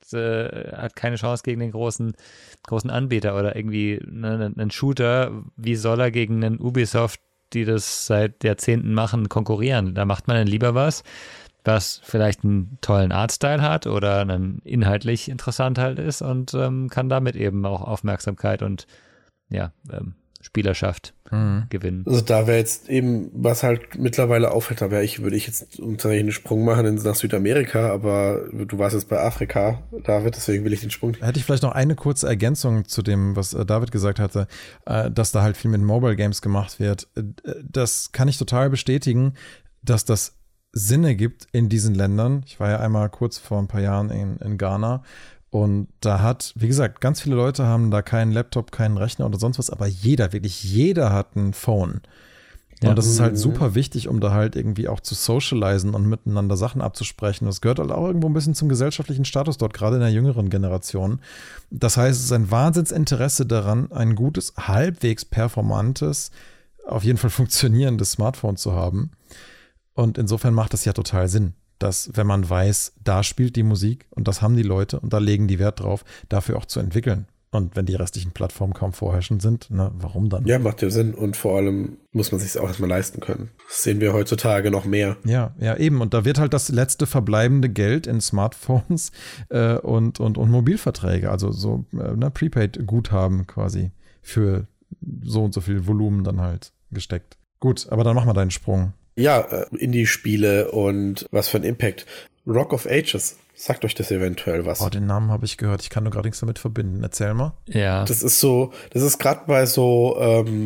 hat keine Chance gegen den großen Anbieter oder irgendwie einen Shooter. Wie soll er gegen einen Ubisoft, die das seit Jahrzehnten machen, konkurrieren? Da macht man dann lieber was vielleicht einen tollen Artstyle hat oder einen inhaltlich interessant halt ist und kann damit eben auch Aufmerksamkeit und Spielerschaft gewinnen. Also da wäre jetzt eben, was halt mittlerweile auffällt, da würde ich jetzt einen Sprung machen nach Südamerika, aber du warst jetzt bei Afrika, David, deswegen will ich den Sprung. Hätte ich vielleicht noch eine kurze Ergänzung zu dem, was David gesagt hatte, dass da halt viel mit Mobile Games gemacht wird. Das kann ich total bestätigen, dass das Sinne gibt in diesen Ländern. Ich war ja einmal kurz vor ein paar Jahren in Ghana. Und da wie gesagt, ganz viele Leute haben da keinen Laptop, keinen Rechner oder sonst was, aber wirklich jeder hat ein Phone. Ja. Und das ist halt super wichtig, um da halt irgendwie auch zu socialisen und miteinander Sachen abzusprechen. Das gehört halt auch irgendwo ein bisschen zum gesellschaftlichen Status dort, gerade in der jüngeren Generation. Das heißt, es ist ein Wahnsinnsinteresse daran, ein gutes, halbwegs performantes, auf jeden Fall funktionierendes Smartphone zu haben. Und insofern macht das ja total Sinn, dass, wenn man weiß, da spielt die Musik und das haben die Leute und da legen die Wert drauf, dafür auch zu entwickeln. Und wenn die restlichen Plattformen kaum vorherrschend sind, warum dann? Ja, macht ja Sinn. Und vor allem muss man sich es auch erstmal leisten können. Das sehen wir heutzutage noch mehr. Ja, eben. Und da wird halt das letzte verbleibende Geld in Smartphones und Mobilverträge, also so Prepaid-Guthaben quasi für so und so viel Volumen dann halt gesteckt. Gut, aber dann mach mal deinen Sprung. Ja, Indie-Spiele und was für ein Impact. Rock of Ages, sagt euch das eventuell was? Oh, den Namen habe ich gehört. Ich kann nur gerade nichts damit verbinden. Erzähl mal. Ja. Das ist gerade bei so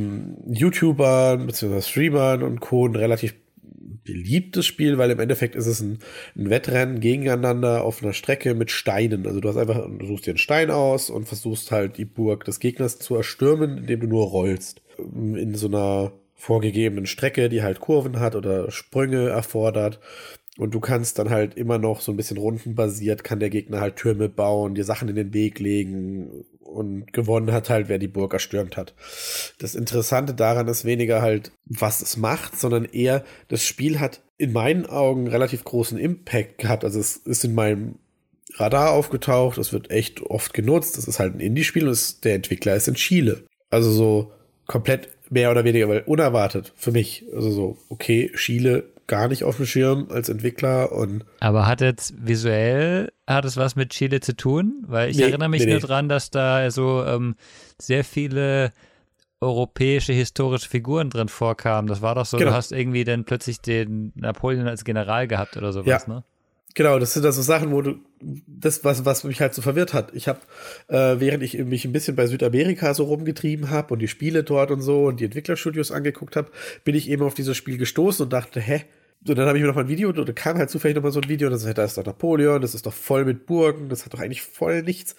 YouTubern bzw. Streamern und Co. ein relativ beliebtes Spiel, weil im Endeffekt ist es ein Wettrennen gegeneinander auf einer Strecke mit Steinen. Also du suchst dir einen Stein aus und versuchst halt die Burg des Gegners zu erstürmen, indem du nur rollst. In so einer vorgegebenen Strecke, die halt Kurven hat oder Sprünge erfordert. Und du kannst dann halt immer noch so ein bisschen rundenbasiert, kann der Gegner halt Türme bauen, dir Sachen in den Weg legen und gewonnen hat halt, wer die Burg erstürmt hat. Das Interessante daran ist weniger halt, was es macht, sondern eher, das Spiel hat in meinen Augen relativ großen Impact gehabt. Also es ist in meinem Radar aufgetaucht, es wird echt oft genutzt. Das ist halt ein Indie-Spiel und der Entwickler ist in Chile. Also so komplett mehr oder weniger, weil unerwartet für mich. Also so, okay, Chile gar nicht auf dem Schirm als Entwickler und. Aber hat es was mit Chile zu tun? Weil ich erinnere mich nur dran, dass da so sehr viele europäische historische Figuren drin vorkamen. Das war doch so, Du hast irgendwie dann plötzlich den Napoleon als General gehabt oder sowas, ne? Genau, das sind also Sachen, wo was mich halt so verwirrt hat. Ich habe, während ich mich ein bisschen bei Südamerika so rumgetrieben habe und die Spiele dort und so und die Entwicklerstudios angeguckt habe, bin ich eben auf dieses Spiel gestoßen und dachte, Und dann habe ich mir noch mal ein Video, und da kam halt zufällig noch mal so ein Video, und das da ist doch Napoleon, das ist doch voll mit Burgen, das hat doch eigentlich voll nichts.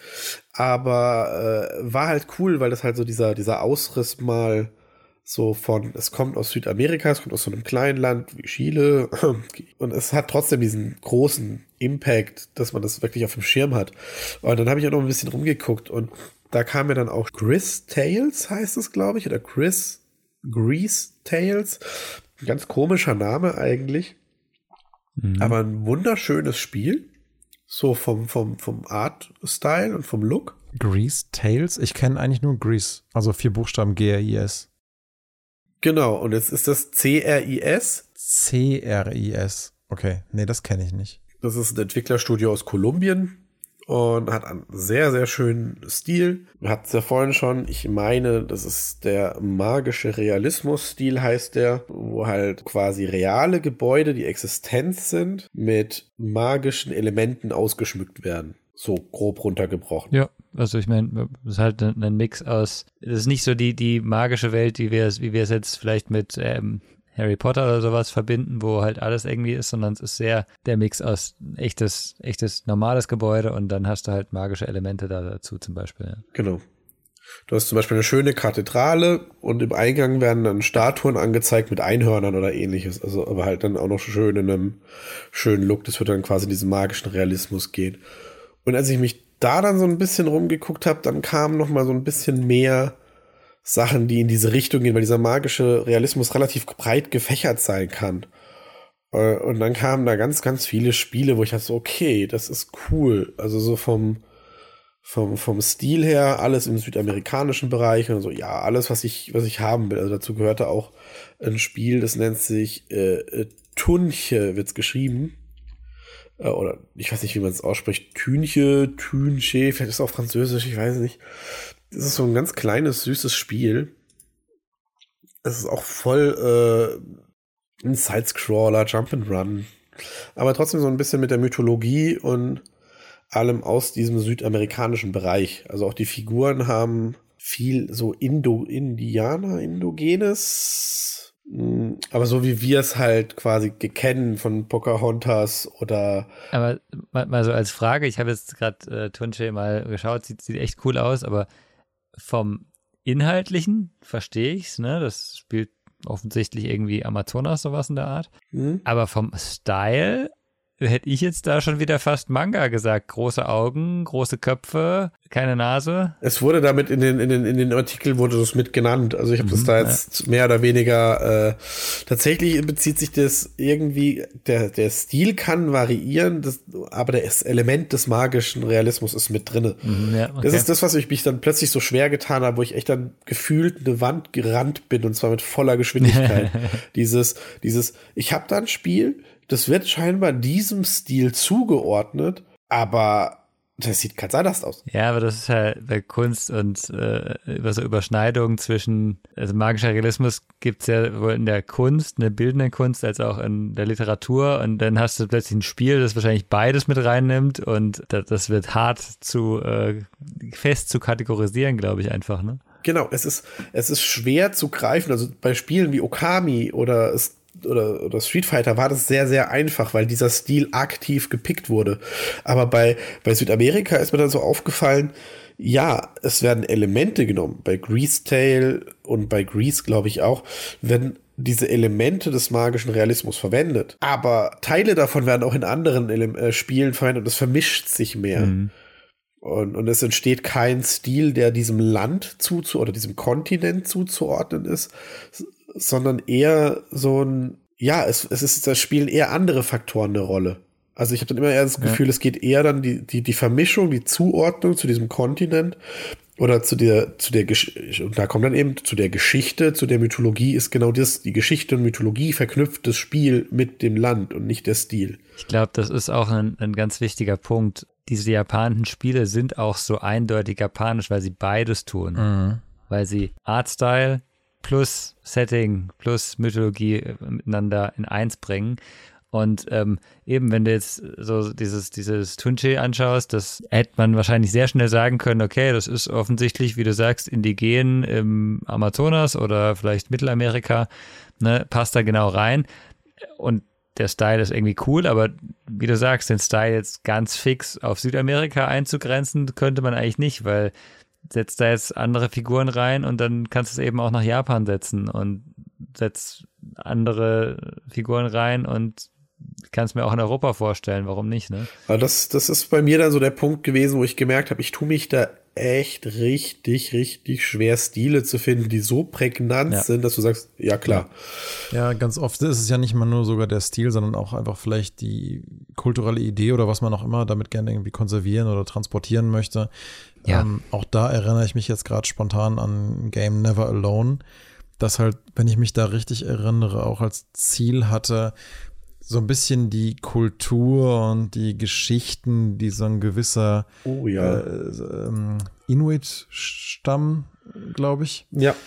Aber war halt cool, weil das halt so dieser Ausriss mal so von, es kommt aus Südamerika, es kommt aus so einem kleinen Land wie Chile und es hat trotzdem diesen großen Impact, dass man das wirklich auf dem Schirm hat. Und dann habe ich auch noch ein bisschen rumgeguckt und da kam mir dann auch Gris Tales, heißt es, glaube ich, oder Grease Tales. Ein ganz komischer Name eigentlich, aber ein wunderschönes Spiel, so vom Art-Style und vom Look. Grease Tales? Ich kenne eigentlich nur Grease, also 4 Buchstaben G-R-I-S. Genau, und jetzt ist das C-R-I-S. C-R-I-S, okay, nee, das kenne ich nicht. Das ist ein Entwicklerstudio aus Kolumbien und hat einen sehr, sehr schönen Stil. Wir hatten es ja vorhin schon, ich meine, das ist der magische Realismus-Stil, heißt der, wo halt quasi reale Gebäude, die existent sind, mit magischen Elementen ausgeschmückt werden. So grob runtergebrochen. Ja, also ich meine, das ist halt ein Mix aus, das ist nicht so die magische Welt, wie wir es jetzt vielleicht mit Harry Potter oder sowas verbinden, wo halt alles irgendwie ist, sondern es ist sehr der Mix aus echtes normales Gebäude und dann hast du halt magische Elemente da dazu zum Beispiel. Ja. Genau. Du hast zum Beispiel eine schöne Kathedrale und im Eingang werden dann Statuen angezeigt mit Einhörnern oder ähnliches. Also aber halt dann auch noch schön in einem schönen Look. Das wird dann quasi in diesen magischen Realismus gehen. Und als ich mich da dann so ein bisschen rumgeguckt habe, dann kam noch mal so ein bisschen mehr Sachen, die in diese Richtung gehen, weil dieser magische Realismus relativ breit gefächert sein kann. Und dann kamen da ganz, ganz viele Spiele, wo ich dachte so, okay, das ist cool. Also so vom Stil her, alles im südamerikanischen Bereich und so, ja, alles, was ich haben will. Also dazu gehörte auch ein Spiel, das nennt sich Tunche, wird's geschrieben. Oder ich weiß nicht, wie man es ausspricht. Tunche, vielleicht ist es auch französisch, ich weiß nicht. Das ist so ein ganz kleines, süßes Spiel. Es ist auch voll ein Sidescroller, Jump'n'Run. Aber trotzdem so ein bisschen mit der Mythologie und allem aus diesem südamerikanischen Bereich. Also auch die Figuren haben viel so Indogenes. Aber so wie wir es halt quasi kennen von Pocahontas oder. Aber mal so als Frage, ich habe jetzt gerade Tunche mal geschaut, sieht echt cool aus, aber vom Inhaltlichen verstehe ich's, ne? Das spielt offensichtlich irgendwie Amazonas, sowas in der Art. Aber vom Style hätte ich jetzt da schon wieder fast Manga gesagt. Große Augen, große Köpfe, keine Nase. Es wurde damit in den Artikeln wurde das mit genannt. Also ich habe das da jetzt mehr oder weniger tatsächlich bezieht sich das irgendwie, der Stil kann variieren, aber das Element des magischen Realismus ist mit drinne. Ja, okay. Das ist das, was ich mich dann plötzlich so schwer getan habe, wo ich echt dann gefühlt eine Wand gerannt bin und zwar mit voller Geschwindigkeit. dieses, ich habe da ein Spiel, das wird scheinbar diesem Stil zugeordnet, aber das sieht ganz anders aus. Ja, aber das ist halt bei Kunst und über so Überschneidungen zwischen, also magischer Realismus gibt es ja wohl in der Kunst, in der bildenden Kunst, als auch in der Literatur und dann hast du plötzlich ein Spiel, das wahrscheinlich beides mit reinnimmt und das wird hart fest zu kategorisieren, glaube ich einfach, ne? Genau, es ist schwer zu greifen, also bei Spielen wie Okami oder Street Fighter war das sehr, sehr einfach, weil dieser Stil aktiv gepickt wurde. Aber bei Südamerika ist mir dann so aufgefallen, ja, es werden Elemente genommen. Bei Grease Tale und bei Grease, glaube ich auch, werden diese Elemente des magischen Realismus verwendet. Aber Teile davon werden auch in anderen Spielen verwendet und es vermischt sich mehr. Und es entsteht kein Stil, der diesem Land oder diesem Kontinent zuzuordnen ist, sondern eher so ein, ja, da spielen eher andere Faktoren eine Rolle. Also ich habe dann immer eher das Gefühl, es geht eher dann die Vermischung, die Zuordnung zu diesem Kontinent Oder und da kommt dann eben zu der Geschichte, zu der Mythologie ist genau das, die Geschichte und Mythologie verknüpft das Spiel mit dem Land und nicht der Stil. Ich glaube, das ist auch ein ganz wichtiger Punkt. Diese japanischen Spiele sind auch so eindeutig japanisch, weil sie beides tun. Mhm. Weil sie Artstyle plus Setting plus Mythologie miteinander in eins bringen. Und eben, wenn du jetzt so dieses Tunche anschaust, das hätte man wahrscheinlich sehr schnell sagen können, okay, das ist offensichtlich, wie du sagst, indigen im Amazonas oder vielleicht Mittelamerika, ne, passt da genau rein. Und der Style ist irgendwie cool, aber wie du sagst, den Style jetzt ganz fix auf Südamerika einzugrenzen, könnte man eigentlich nicht, weil setzt da jetzt andere Figuren rein und dann kannst du es eben auch nach Japan setzen und setzt andere Figuren rein und kann es mir auch in Europa vorstellen, warum nicht, ne? Aber das ist bei mir dann so der Punkt gewesen, wo ich gemerkt habe, ich tue mich da echt richtig schwer, Stile zu finden, die so prägnant sind, dass du sagst, ja klar. Ja, ganz oft ist es ja nicht mal nur sogar der Stil, sondern auch einfach vielleicht die kulturelle Idee oder was man auch immer damit gerne irgendwie konservieren oder transportieren möchte. Ja. Auch da erinnere ich mich jetzt gerade spontan an Game Never Alone, das halt, wenn ich mich da richtig erinnere, auch als Ziel hatte, so ein bisschen die Kultur und die Geschichten, die so ein gewisser Inuit-Stamm, glaube ich,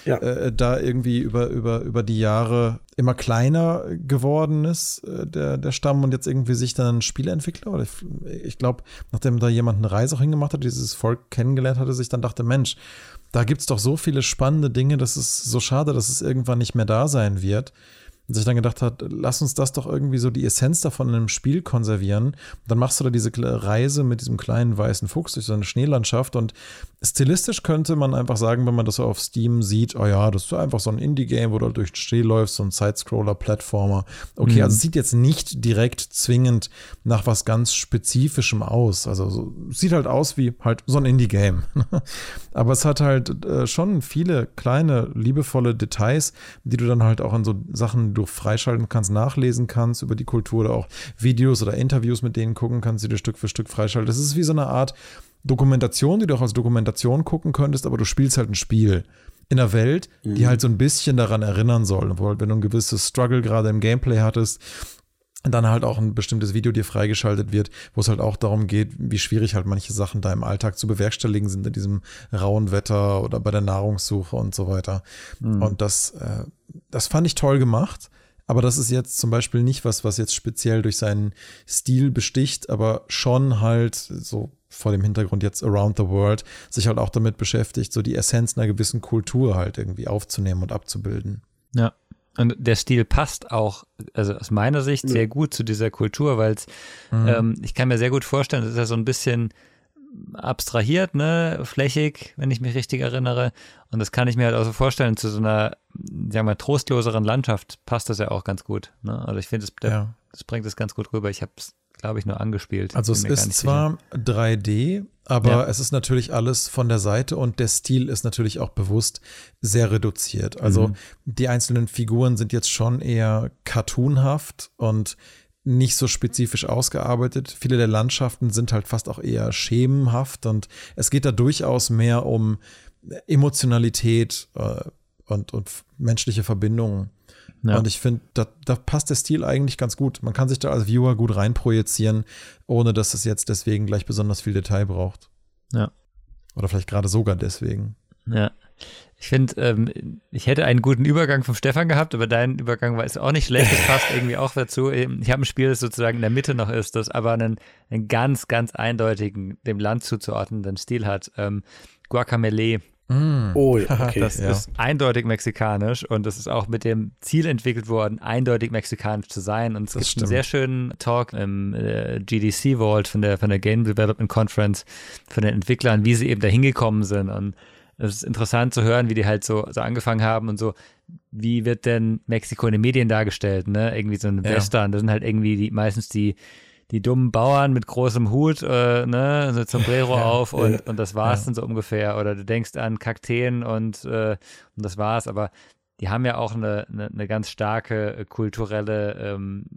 da irgendwie über die Jahre immer kleiner geworden ist, der Stamm, und jetzt irgendwie sich dann ein Spieleentwickler, oder ich glaube, nachdem da jemand eine Reise auch hingemacht hat, dieses Volk kennengelernt hatte, sich dann dachte, Mensch, da gibt's doch so viele spannende Dinge, das ist so schade, dass es irgendwann nicht mehr da sein wird. Und sich dann gedacht hat, lass uns das doch irgendwie so die Essenz davon in einem Spiel konservieren. Und dann machst du da diese Reise mit diesem kleinen weißen Fuchs durch so eine Schneelandschaft, und stilistisch könnte man einfach sagen, wenn man das so auf Steam sieht, oh ja, das ist einfach so ein Indie-Game, wo du durch den Schnee läufst, so ein Sidescroller-Plattformer. Okay, also es sieht jetzt nicht direkt zwingend nach was ganz Spezifischem aus. Also so, sieht halt aus wie halt so ein Indie-Game. Aber es hat halt schon viele kleine, liebevolle Details, die du dann halt auch in so Sachen, die du freischalten kannst, nachlesen kannst über die Kultur, oder auch Videos oder Interviews mit denen gucken kannst, die du Stück für Stück freischalten. Das ist wie so eine Art Dokumentation, die du auch als Dokumentation gucken könntest, aber du spielst halt ein Spiel in einer Welt, die halt so ein bisschen daran erinnern soll. Wo halt, wenn du ein gewisses Struggle gerade im Gameplay hattest, dann halt auch ein bestimmtes Video dir freigeschaltet wird, wo es halt auch darum geht, wie schwierig halt manche Sachen da im Alltag zu bewerkstelligen sind, in diesem rauen Wetter oder bei der Nahrungssuche und so weiter. Und das fand ich toll gemacht. Aber das ist jetzt zum Beispiel nicht was jetzt speziell durch seinen Stil besticht, aber schon halt so vor dem Hintergrund jetzt Around the World sich halt auch damit beschäftigt, so die Essenz einer gewissen Kultur halt irgendwie aufzunehmen und abzubilden. Ja, und der Stil passt auch, also aus meiner Sicht, sehr gut zu dieser Kultur, weil es, ich kann mir sehr gut vorstellen, das ist ja so ein bisschen abstrahiert, ne, flächig, wenn ich mich richtig erinnere. Und das kann ich mir halt auch so vorstellen, zu so einer, sagen wir mal, trostloseren Landschaft passt das ja auch ganz gut. Ne? Also ich finde, das bringt es ganz gut rüber. Ich habe es, glaube ich, nur angespielt. Also es ist zwar 3D, aber es ist natürlich alles von der Seite, und der Stil ist natürlich auch bewusst sehr reduziert. Also die einzelnen Figuren sind jetzt schon eher cartoonhaft und nicht so spezifisch ausgearbeitet. Viele der Landschaften sind halt fast auch eher schemenhaft, und es geht da durchaus mehr um Emotionalität und menschliche Verbindungen. Ja. Und ich finde, da passt der Stil eigentlich ganz gut. Man kann sich da als Viewer gut reinprojizieren, ohne dass es jetzt deswegen gleich besonders viel Detail braucht. Ja. Oder vielleicht gerade sogar deswegen. Ja. Ich finde, ich hätte einen guten Übergang vom Stefan gehabt, aber dein Übergang war auch nicht schlecht. Das passt irgendwie auch dazu. Ich habe ein Spiel, das sozusagen in der Mitte noch ist, das aber einen ganz, ganz eindeutigen, dem Land zuzuordnenden Stil hat. Guacamelee. Oh, okay. Das ist eindeutig mexikanisch, und das ist auch mit dem Ziel entwickelt worden, eindeutig mexikanisch zu sein. Und es gibt einen sehr schönen Talk im GDC Vault von der Game Development Conference von den Entwicklern, wie sie eben da hingekommen sind. Und es ist interessant zu hören, wie die halt so angefangen haben und so, wie wird denn Mexiko in den Medien dargestellt, ne? Irgendwie so ein Western, das sind halt irgendwie meistens die dummen Bauern mit großem Hut, ne, so Sombrero auf und das war's dann so ungefähr. Oder du denkst an Kakteen und das war's, aber die haben ja auch eine ganz starke kulturelle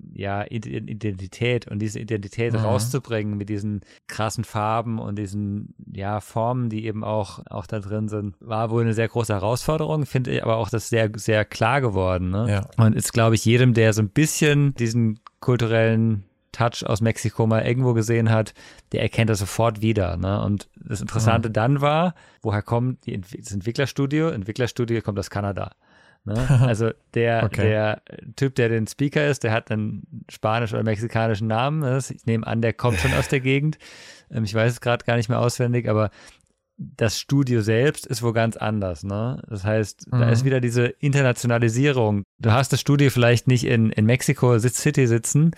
Identität und diese Identität rauszubringen mit diesen krassen Farben und diesen Formen, die eben auch da drin sind, war wohl eine sehr große Herausforderung, finde ich, aber auch das sehr, sehr klar geworden. Ne? Ja. Und ist, glaube ich, jedem, der so ein bisschen diesen kulturellen Touch aus Mexiko mal irgendwo gesehen hat, der erkennt das sofort wieder. Ne? Und das Interessante dann war, woher kommt das Entwicklerstudio? Entwicklerstudio kommt aus Kanada. Ne? Also der Typ, der den Speaker ist, der hat einen spanisch- oder mexikanischen Namen. Ne? Ich nehme an, der kommt schon aus der Gegend. Ich weiß es gerade gar nicht mehr auswendig, aber das Studio selbst ist wohl ganz anders, ne? Das heißt, da ist wieder diese Internationalisierung. Du hast das Studio vielleicht nicht in Mexico City sitzen,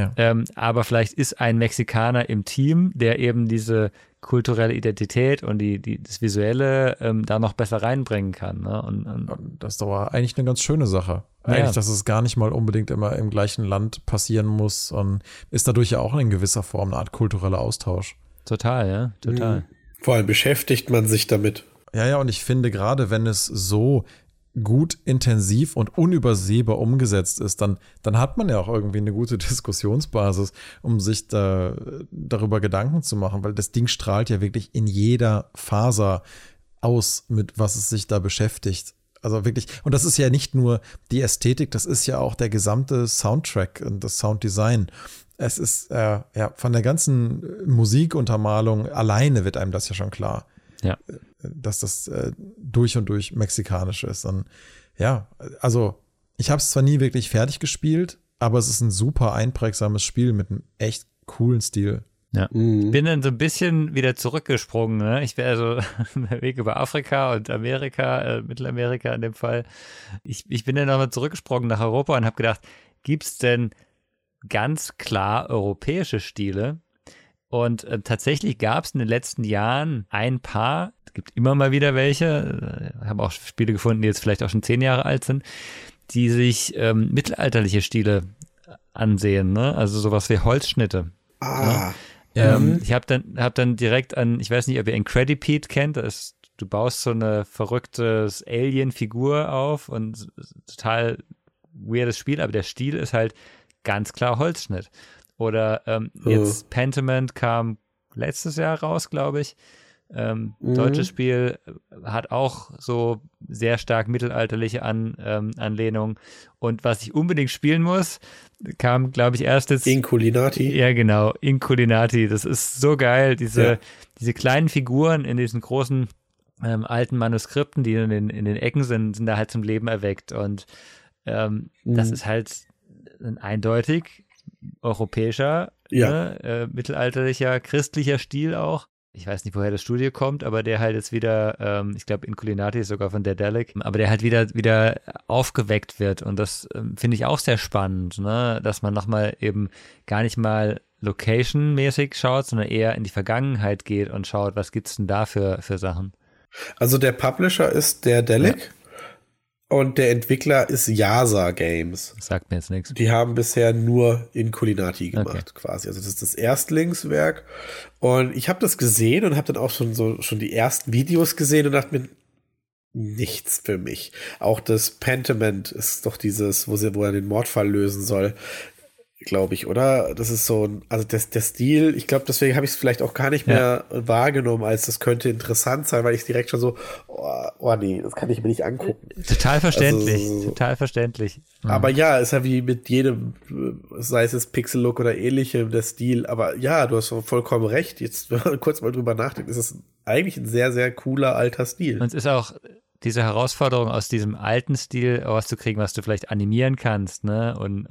aber vielleicht ist ein Mexikaner im Team, der eben diese kulturelle Identität und das Visuelle da noch besser reinbringen kann. Ne? Und das ist aber eigentlich eine ganz schöne Sache. Eigentlich, dass es gar nicht mal unbedingt immer im gleichen Land passieren muss und ist dadurch ja auch in gewisser Form eine Art kultureller Austausch. Total, ja, total. Vor allem beschäftigt man sich damit. Ja, und ich finde, gerade wenn es so gut, intensiv und unübersehbar umgesetzt ist, dann hat man ja auch irgendwie eine gute Diskussionsbasis, um sich darüber Gedanken zu machen, weil das Ding strahlt ja wirklich in jeder Faser aus, mit was es sich da beschäftigt. Also wirklich, und das ist ja nicht nur die Ästhetik, das ist ja auch der gesamte Soundtrack und das Sounddesign. Es ist, von der ganzen Musikuntermalung alleine wird einem das ja schon klar. Ja. Dass das durch und durch mexikanisch ist. Und ja, also ich habe es zwar nie wirklich fertig gespielt, aber es ist ein super einprägsames Spiel mit einem echt coolen Stil. Ja. Bin dann so ein bisschen wieder zurückgesprungen. Ne? Ich wäre also der Weg über Afrika und Amerika, Mittelamerika in dem Fall. Ich bin dann nochmal zurückgesprungen nach Europa und habe gedacht, gibt's denn ganz klar europäische Stile? Und tatsächlich gab es in den letzten Jahren ein paar, es gibt immer mal wieder welche, ich habe auch Spiele gefunden, die jetzt vielleicht auch schon 10 Jahre alt sind, die sich mittelalterliche Stile ansehen, ne? Also sowas wie Holzschnitte. Ah. Ja? Ich habe dann direkt an, ich weiß nicht, ob ihr Incredipede kennt, du baust so eine verrückte Alien-Figur auf und total weirdes Spiel, aber der Stil ist halt ganz klar Holzschnitt. Oder jetzt Pentiment kam letztes Jahr raus, glaube ich. Deutsches Spiel hat auch so sehr stark mittelalterliche Anlehnungen. Und was ich unbedingt spielen muss, kam, glaube ich, erst jetzt. Inculinati. Ja, genau, Inculinati. Das ist so geil, diese kleinen Figuren in diesen großen alten Manuskripten, die in den Ecken sind da halt zum Leben erweckt. Und das ist halt eindeutig europäischer, mittelalterlicher, christlicher Stil auch. Ich weiß nicht, woher das Studio kommt, aber der halt jetzt wieder, ich glaube, Inculinati ist sogar von Daedalic, aber der halt wieder aufgeweckt wird. Und das finde ich auch sehr spannend, ne? Dass man nochmal eben gar nicht mal location-mäßig schaut, sondern eher in die Vergangenheit geht und schaut, was gibt's denn da für Sachen. Also der Publisher ist Daedalic. Ja. Und der Entwickler ist Yasa Games. Sagt mir jetzt nichts. Die haben bisher nur Inculinati gemacht, quasi. Also das ist das Erstlingswerk. Und ich habe das gesehen und habe dann auch schon die ersten Videos gesehen und dachte mir, nichts für mich. Auch das Pentiment ist doch dieses, wo er den Mordfall lösen soll, glaube ich, oder? Das ist so also der Stil, ich glaube, deswegen habe ich es vielleicht auch gar nicht mehr wahrgenommen, als das könnte interessant sein, weil ich direkt schon so, oh nee, das kann ich mir nicht angucken. Total verständlich, also, total verständlich. Aber ja, ist ja wie mit jedem, sei es jetzt Pixel-Look oder ähnlichem, der Stil, aber ja, du hast vollkommen recht, jetzt, wenn man kurz mal drüber nachdenkt, ist es eigentlich ein sehr, sehr cooler alter Stil. Und es ist auch diese Herausforderung, aus diesem alten Stil rauszukriegen, was du vielleicht animieren kannst, ne? Und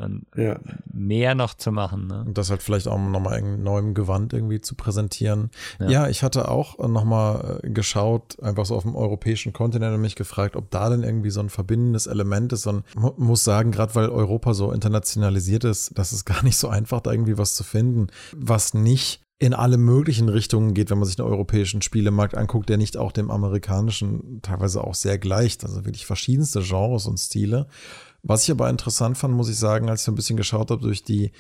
mehr noch zu machen, ne? Und das halt vielleicht auch nochmal in neuem Gewand irgendwie zu präsentieren. Ja, ich hatte auch nochmal geschaut, einfach so auf dem europäischen Kontinent und mich gefragt, ob da denn irgendwie so ein verbindendes Element ist. Und muss sagen, gerade weil Europa so internationalisiert ist, das ist gar nicht so einfach, da irgendwie was zu finden, was nicht in alle möglichen Richtungen geht, wenn man sich den europäischen Spielemarkt anguckt, der nicht auch dem amerikanischen teilweise auch sehr gleicht, also wirklich verschiedenste Genres und Stile. Was ich aber interessant fand, muss ich sagen, als ich so ein bisschen geschaut habe durch die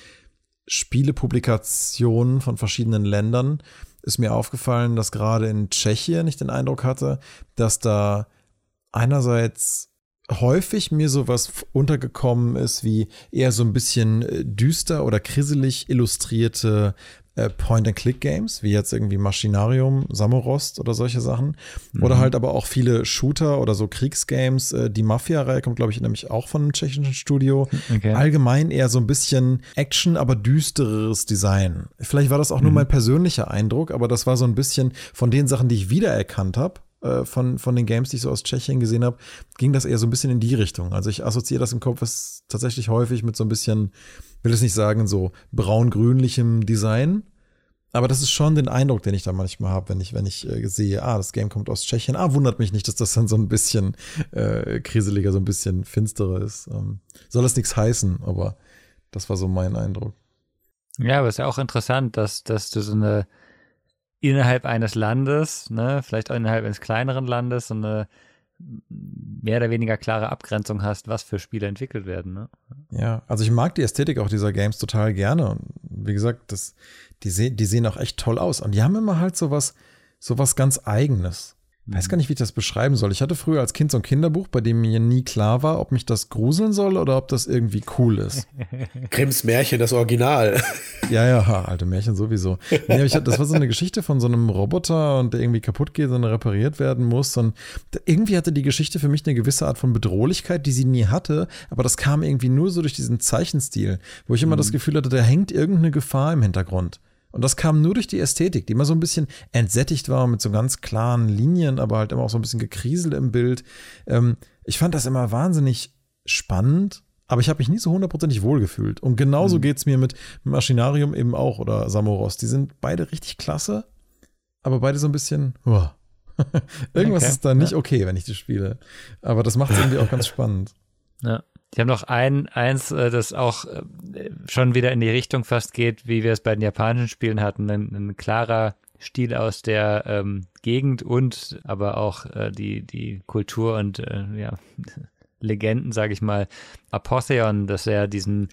Spielepublikationen von verschiedenen Ländern, ist mir aufgefallen, dass gerade in Tschechien ich den Eindruck hatte, dass da einerseits häufig mir sowas untergekommen ist, wie eher so ein bisschen düster oder krisselig illustrierte Point-and-Click-Games, wie jetzt irgendwie Machinarium, Samorost oder solche Sachen. Oder halt aber auch viele Shooter oder so Kriegsgames. Die Mafia-Reihe kommt, glaube ich, nämlich auch von einem tschechischen Studio. Okay. Allgemein eher so ein bisschen Action, aber düstereres Design. Vielleicht war das auch nur mein persönlicher Eindruck, aber das war so ein bisschen von den Sachen, die ich wiedererkannt habe, von den Games, die ich so aus Tschechien gesehen habe, ging das eher so ein bisschen in die Richtung. Also ich assoziiere das im Kopf tatsächlich häufig mit so ein bisschen, will es nicht sagen, so braun-grünlichem Design. Aber das ist schon den Eindruck, den ich da manchmal habe, wenn ich sehe, das Game kommt aus Tschechien. Wundert mich nicht, dass das dann so ein bisschen kriseliger, so ein bisschen finsterer ist. Soll das nichts heißen, aber das war so mein Eindruck. Ja, aber es ist ja auch interessant, dass du so eine innerhalb eines Landes, ne, vielleicht auch innerhalb eines kleineren Landes, so eine mehr oder weniger klare Abgrenzung hast, was für Spiele entwickelt werden. Ne? Ja, also ich mag die Ästhetik auch dieser Games total gerne. Und wie gesagt, die sehen auch echt toll aus. Und die haben immer halt sowas ganz Eigenes. Ich weiß gar nicht, wie ich das beschreiben soll. Ich hatte früher als Kind so ein Kinderbuch, bei dem mir nie klar war, ob mich das gruseln soll oder ob das irgendwie cool ist. Grimms Märchen, das Original. Ja, alte Märchen sowieso. Nee, das war so eine Geschichte von so einem Roboter und der irgendwie kaputt geht und repariert werden muss. Und irgendwie hatte die Geschichte für mich eine gewisse Art von Bedrohlichkeit, die sie nie hatte. Aber das kam irgendwie nur so durch diesen Zeichenstil, wo ich immer das Gefühl hatte, da hängt irgendeine Gefahr im Hintergrund. Und das kam nur durch die Ästhetik, die immer so ein bisschen entsättigt war mit so ganz klaren Linien, aber halt immer auch so ein bisschen gekriselt im Bild. Ich fand das immer wahnsinnig spannend, aber ich habe mich nie so hundertprozentig wohlgefühlt. Und genauso geht's mir mit Machinarium eben auch oder Samorost. Die sind beide richtig klasse, aber beide so ein bisschen, irgendwas ist da nicht okay, wenn ich die spiele. Aber das macht es irgendwie auch ganz spannend. Ja. Ich habe noch eins, das auch schon wieder in die Richtung fast geht, wie wir es bei den japanischen Spielen hatten. Ein klarer Stil aus der Gegend und aber auch die Kultur und Legenden, sage ich mal. Apotheon, dass er diesen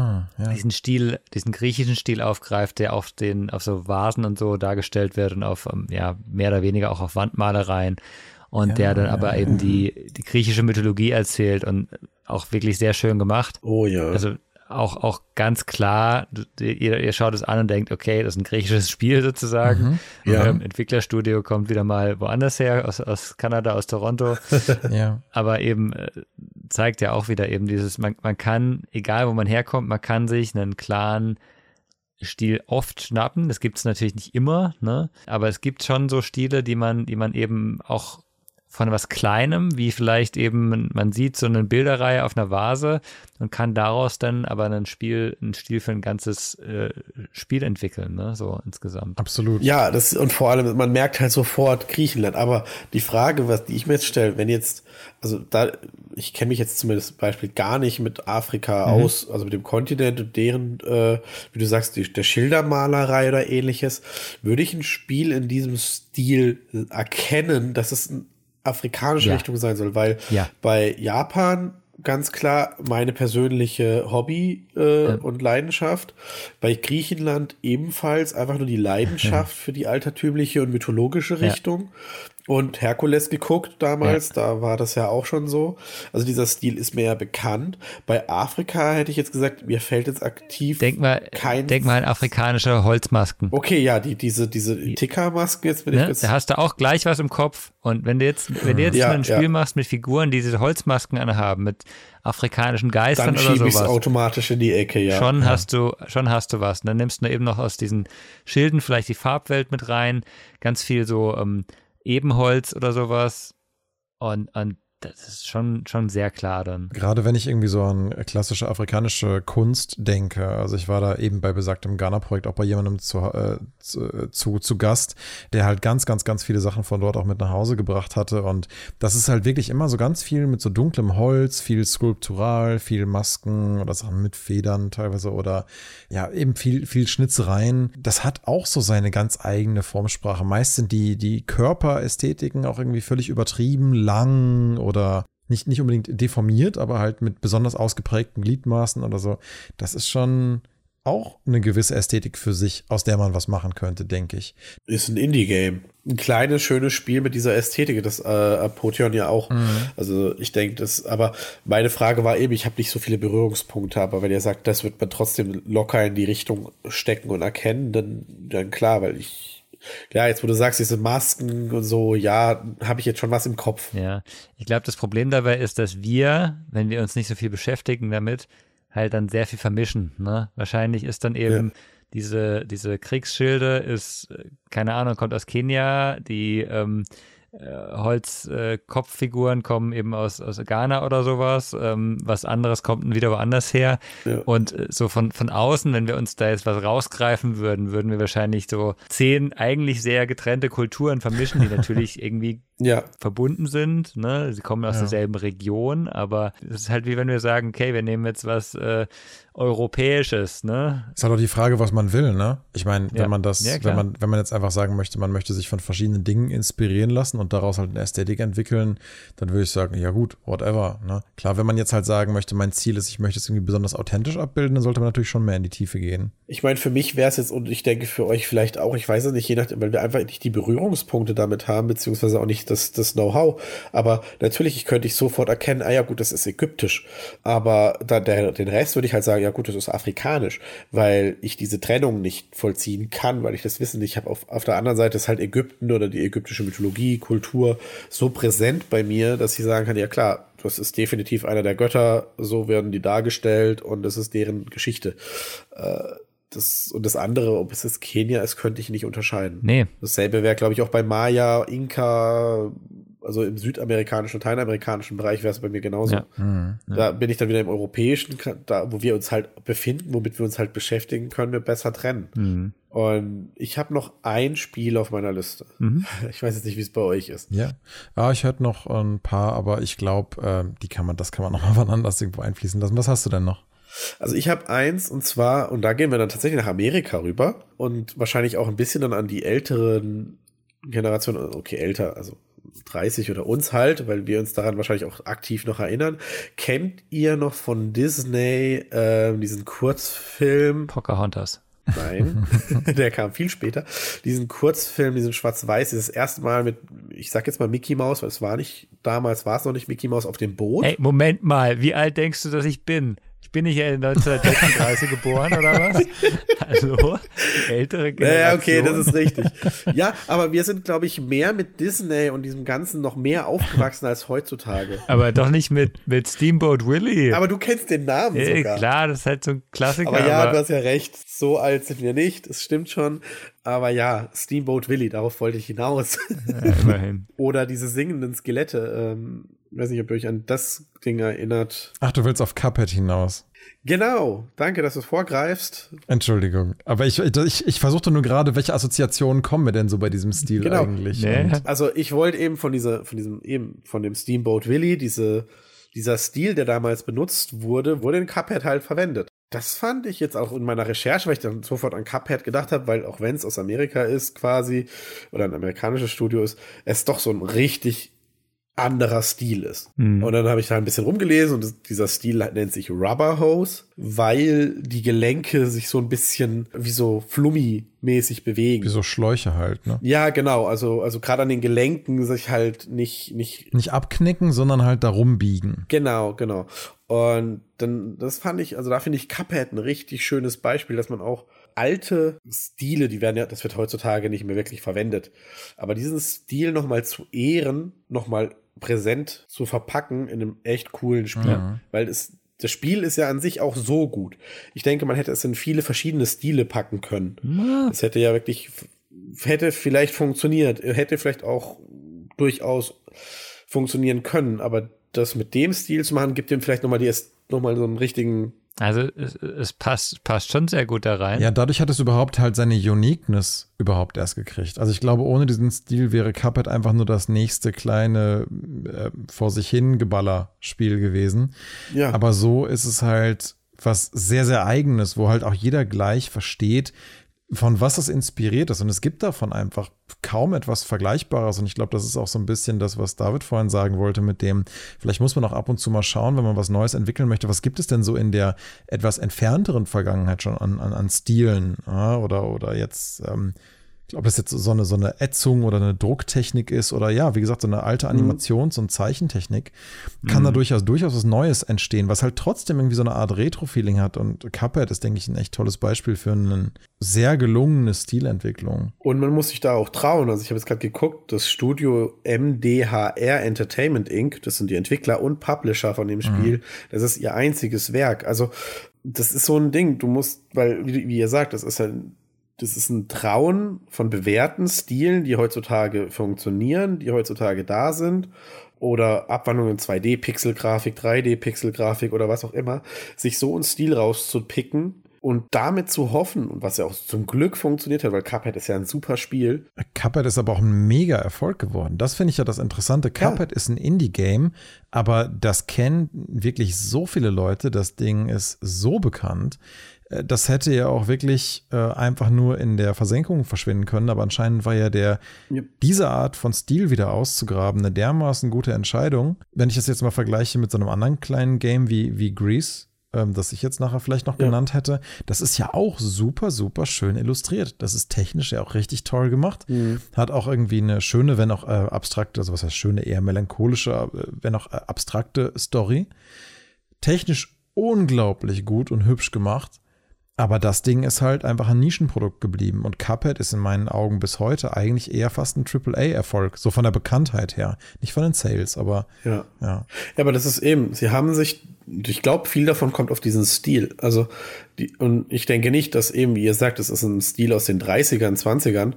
Stil, diesen griechischen Stil aufgreift, der auf so Vasen und so dargestellt wird und auf mehr oder weniger auch auf Wandmalereien. Und der dann aber eben die griechische Mythologie erzählt und auch wirklich sehr schön gemacht. Oh ja. Also auch ganz klar, ihr schaut es an und denkt, okay, das ist ein griechisches Spiel sozusagen. Entwicklerstudio kommt wieder mal woanders her, aus Kanada, aus Toronto. Ja. Aber eben zeigt ja auch wieder eben dieses, man kann, egal wo man herkommt, man kann sich einen klaren Stil oft schnappen. Das gibt es natürlich nicht immer, ne? Aber es gibt schon so Stile, die man eben auch von was Kleinem, wie vielleicht eben, man sieht so eine Bilderreihe auf einer Vase und kann daraus dann aber einen Stil für ein ganzes Spiel entwickeln, ne? So insgesamt. Absolut. Ja, und vor allem, man merkt halt sofort Griechenland. Aber die Frage, die ich mir jetzt stelle, wenn jetzt, ich kenne mich jetzt zumindest Beispiel gar nicht mit Afrika aus, also mit dem Kontinent und deren, wie du sagst, der Schildermalerei oder ähnliches, würde ich ein Spiel in diesem Stil erkennen, dass es eine afrikanische Richtung sein soll, weil bei Japan ganz klar meine persönliche Hobby und Leidenschaft, bei Griechenland ebenfalls einfach nur die Leidenschaft für die altertümliche und mythologische Richtung. Und Herkules geguckt damals, da war das ja auch schon so. Also dieser Stil ist mir ja bekannt. Bei Afrika hätte ich jetzt gesagt, mir fällt jetzt aktiv Denk mal an afrikanische Holzmasken. Okay, ja, diese Tikka-Masken jetzt bin ich jetzt. Da hast du auch gleich was im Kopf. Und wenn du jetzt ein Spiel machst mit Figuren, die diese Holzmasken anhaben, mit afrikanischen Geistern oder sowas. Dann schiebe ich es automatisch in die Ecke, ja. Schon hast du was. Und dann nimmst du eben noch aus diesen Schilden vielleicht die Farbwelt mit rein. Ganz viel so Ebenholz oder sowas und das ist schon sehr klar dann. Gerade wenn ich irgendwie so an klassische afrikanische Kunst denke, also ich war da eben bei besagtem Ghana-Projekt auch bei jemandem zu Gast, der halt ganz, ganz, ganz viele Sachen von dort auch mit nach Hause gebracht hatte und das ist halt wirklich immer so ganz viel mit so dunklem Holz, viel skulptural, viel Masken oder Sachen mit Federn teilweise oder ja eben viel Schnitzereien. Das hat auch so seine ganz eigene Formsprache. Meist sind die Körperästhetiken auch irgendwie völlig übertrieben, lang oder nicht unbedingt deformiert, aber halt mit besonders ausgeprägten Gliedmaßen oder so. Das ist schon auch eine gewisse Ästhetik für sich, aus der man was machen könnte, denke ich. Ist ein Indie-Game. Ein kleines, schönes Spiel mit dieser Ästhetik, das Apotheon ja auch. Also ich denke, aber meine Frage war eben, ich habe nicht so viele Berührungspunkte, aber wenn ihr sagt, das wird man trotzdem locker in die Richtung stecken und erkennen, dann klar, weil jetzt wo du sagst, diese Masken und so, ja, habe ich jetzt schon was im Kopf. Ja, ich glaube, das Problem dabei ist, dass wir, wenn wir uns nicht so viel beschäftigen damit, halt dann sehr viel vermischen, ne? Wahrscheinlich ist dann eben diese Kriegsschilde ist, keine Ahnung, kommt aus Kenia, die Holzkopffiguren kommen eben aus Ghana oder sowas, was anderes kommt wieder woanders her und so von außen, wenn wir uns da jetzt was rausgreifen würden wir wahrscheinlich so 10 eigentlich sehr getrennte Kulturen vermischen, die natürlich irgendwie verbunden sind, ne? Sie kommen aus derselben Region, aber es ist halt wie wenn wir sagen, okay, wir nehmen jetzt was Europäisches, ne? Ist halt auch die Frage, was man will, ne? Ich meine, wenn man wenn man jetzt einfach sagen möchte, man möchte sich von verschiedenen Dingen inspirieren lassen und daraus halt eine Ästhetik entwickeln, dann würde ich sagen, ja gut, whatever, ne? Klar, wenn man jetzt halt sagen möchte, mein Ziel ist, ich möchte es irgendwie besonders authentisch abbilden, dann sollte man natürlich schon mehr in die Tiefe gehen. Ich meine, für mich wäre es jetzt, und ich denke für euch vielleicht auch, ich weiß es nicht, je nachdem, weil wir einfach nicht die Berührungspunkte damit haben, beziehungsweise auch nicht das Know-how, aber natürlich, ich könnte sofort erkennen, ja gut, das ist ägyptisch, aber den Rest würde ich halt sagen, ja gut, das ist afrikanisch, weil ich diese Trennung nicht vollziehen kann, weil ich das Wissen nicht habe. Auf der anderen Seite ist halt Ägypten oder die ägyptische Mythologie, Kultur so präsent bei mir, dass ich sagen kann, ja klar, das ist definitiv einer der Götter, so werden die dargestellt und das ist deren Geschichte. Das andere, ob es jetzt Kenia ist, könnte ich nicht unterscheiden. Nee. Dasselbe wäre, glaube ich, auch bei Maya, Inka, also im südamerikanischen, lateinamerikanischen Bereich wäre es bei mir genauso. Ja. Da bin ich dann wieder im europäischen, da wo wir uns halt befinden, womit wir uns halt beschäftigen, können wir besser trennen. Und ich habe noch ein Spiel auf meiner Liste. Ich weiß jetzt nicht, wie es bei euch ist. Ja, ich hätte noch ein paar, aber ich glaube, das kann man noch mal wann anders irgendwo einfließen lassen. Was hast du denn noch? Also ich habe eins, und zwar, und da gehen wir dann tatsächlich nach Amerika rüber und wahrscheinlich auch ein bisschen dann an die älteren Generationen, okay, älter, also 30 oder uns halt, weil wir uns daran wahrscheinlich auch aktiv noch erinnern. Kennt ihr noch von Disney diesen Kurzfilm? Pocahontas. Nein, der kam viel später. Diesen Kurzfilm, diesen Schwarz-Weiß, dieses erste Mal mit, ich sag jetzt mal Mickey Mouse, weil damals war es noch nicht Mickey Mouse auf dem Boot. Hey, Moment mal, wie alt denkst du, dass ich bin? Ich bin nicht ja 1936 geboren, oder was? Hallo? Ältere Generation. Ja, okay, das ist richtig. Ja, aber wir sind, glaube ich, mehr mit Disney und diesem Ganzen noch mehr aufgewachsen als heutzutage. Aber doch nicht mit Steamboat Willie. Aber du kennst den Namen sogar. Klar, das ist halt so ein Klassiker. Aber ja, du hast ja recht. So alt sind wir nicht, das stimmt schon. Aber ja, Steamboat Willie, darauf wollte ich hinaus. Ja, immerhin. Oder diese singenden Skelette. Ich weiß nicht, ob ihr euch an das Ding erinnert. Ach, du willst auf Cuphead hinaus. Genau, danke, dass du es vorgreifst. Entschuldigung, aber ich versuchte nur gerade, welche Assoziationen kommen mir denn so bei diesem Stil eigentlich? Nee. Also ich wollte eben von dem Steamboat Willie, dieser Stil, der damals benutzt wurde in Cuphead halt verwendet. Das fand ich jetzt auch in meiner Recherche, weil ich dann sofort an Cuphead gedacht habe, weil auch wenn es aus Amerika ist quasi, oder ein amerikanisches Studio ist, es doch so ein richtig anderer Stil ist. Und dann habe ich da ein bisschen rumgelesen und dieser Stil nennt sich Rubber Hose, weil die Gelenke sich so ein bisschen wie so Flummi-mäßig bewegen. Wie so Schläuche halt, ne? Ja, genau. Also gerade an den Gelenken sich halt nicht abknicken, sondern halt da rumbiegen. Genau. Und dann, da finde ich Cuphead ein richtig schönes Beispiel, dass man auch alte Stile, das wird heutzutage nicht mehr wirklich verwendet, aber diesen Stil nochmal zu ehren, nochmal präsent zu verpacken in einem echt coolen Spiel, weil das Spiel ist ja an sich auch so gut. Ich denke, man hätte es in viele verschiedene Stile packen können. Es hätte vielleicht funktioniert, hätte vielleicht auch durchaus funktionieren können, aber das mit dem Stil zu machen, gibt dem vielleicht nochmal so einen richtigen. Also es passt schon sehr gut da rein. Ja, dadurch hat es überhaupt halt seine Uniqueness überhaupt erst gekriegt. Also ich glaube, ohne diesen Stil wäre Cuphead einfach nur das nächste kleine vor sich hin Geballer-Spiel gewesen. Ja. Aber so ist es halt was sehr, sehr Eigenes, wo halt auch jeder gleich versteht, von was es inspiriert ist. Und es gibt davon einfach kaum etwas Vergleichbares. Und ich glaube, das ist auch so ein bisschen das, was David vorhin sagen wollte, mit dem, vielleicht muss man auch ab und zu mal schauen, wenn man was Neues entwickeln möchte, was gibt es denn so in der etwas entfernteren Vergangenheit schon an Stilen, ja, oder jetzt ob das jetzt so eine Ätzung oder eine Drucktechnik ist oder ja, wie gesagt, so eine alte Animations- und Zeichentechnik, kann da durchaus was Neues entstehen, was halt trotzdem irgendwie so eine Art Retro-Feeling hat. Und Cuphead ist, denke ich, ein echt tolles Beispiel für eine sehr gelungene Stilentwicklung. Und man muss sich da auch trauen. Also ich habe jetzt gerade geguckt, das Studio MDHR Entertainment Inc., das sind die Entwickler und Publisher von dem Spiel, das ist ihr einziges Werk. Also das ist so ein Ding, du musst, weil, wie ihr sagt, das ist ein Trauen von bewährten Stilen, die heutzutage funktionieren, die heutzutage da sind, oder Abwandlungen in 2D-Pixelgrafik, 3D-Pixelgrafik oder was auch immer, sich so einen Stil rauszupicken und damit zu hoffen, und was ja auch zum Glück funktioniert hat, weil Cuphead ist ja ein super Spiel. Cuphead ist aber auch ein Mega-Erfolg geworden. Das finde ich ja das Interessante. Cuphead ist ein Indie-Game, aber das kennen wirklich so viele Leute. Das Ding ist so bekannt. Das hätte ja auch wirklich einfach nur in der Versenkung verschwinden können, aber anscheinend war ja diese Art von Stil wieder auszugraben eine dermaßen gute Entscheidung. Wenn ich das jetzt mal vergleiche mit so einem anderen kleinen Game wie Grease, das ich jetzt nachher vielleicht noch genannt hätte, das ist ja auch super, super schön illustriert. Das ist technisch ja auch richtig toll gemacht. Hat auch irgendwie eine schöne, wenn auch abstrakte, also was heißt schöne, eher melancholische, wenn auch abstrakte Story. Technisch unglaublich gut und hübsch gemacht. Aber das Ding ist halt einfach ein Nischenprodukt geblieben. Und Cuphead ist in meinen Augen bis heute eigentlich eher fast ein AAA-Erfolg. So von der Bekanntheit her. Nicht von den Sales, aber ja. Aber das ist eben, sie haben sich, ich glaube, viel davon kommt auf diesen Stil. Also, und ich denke nicht, dass eben, wie ihr sagt, das ist ein Stil aus den 30ern, 20ern,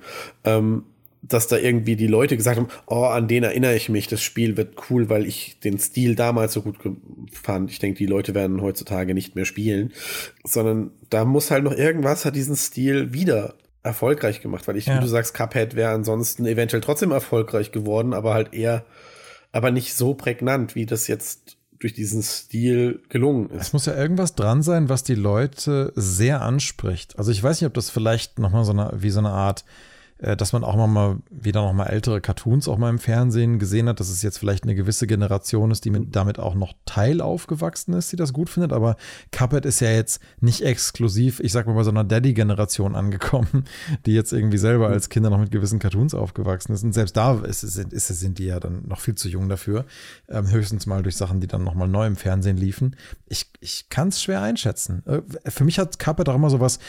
dass da irgendwie die Leute gesagt haben, oh, an den erinnere ich mich, das Spiel wird cool, weil ich den Stil damals so gut fand. Ich denke, die Leute werden heutzutage nicht mehr spielen, sondern da muss halt noch irgendwas, hat diesen Stil wieder erfolgreich gemacht, weil wie du sagst, Cuphead wäre ansonsten eventuell trotzdem erfolgreich geworden, aber halt aber nicht so prägnant, wie das jetzt durch diesen Stil gelungen ist. Es muss ja irgendwas dran sein, was die Leute sehr anspricht. Also ich weiß nicht, ob das vielleicht nochmal so eine Art, dass man auch mal ältere Cartoons auch mal im Fernsehen gesehen hat, dass es jetzt vielleicht eine gewisse Generation ist, die damit auch noch Teil aufgewachsen ist, die das gut findet, aber Cuphead ist ja jetzt nicht exklusiv, ich sag mal, bei so einer Daddy-Generation angekommen, die jetzt irgendwie selber als Kinder noch mit gewissen Cartoons aufgewachsen ist, und selbst da sind die ja dann noch viel zu jung dafür, höchstens mal durch Sachen, die dann nochmal neu im Fernsehen liefen. Ich kann es schwer einschätzen. Für mich hat Cuphead auch immer so was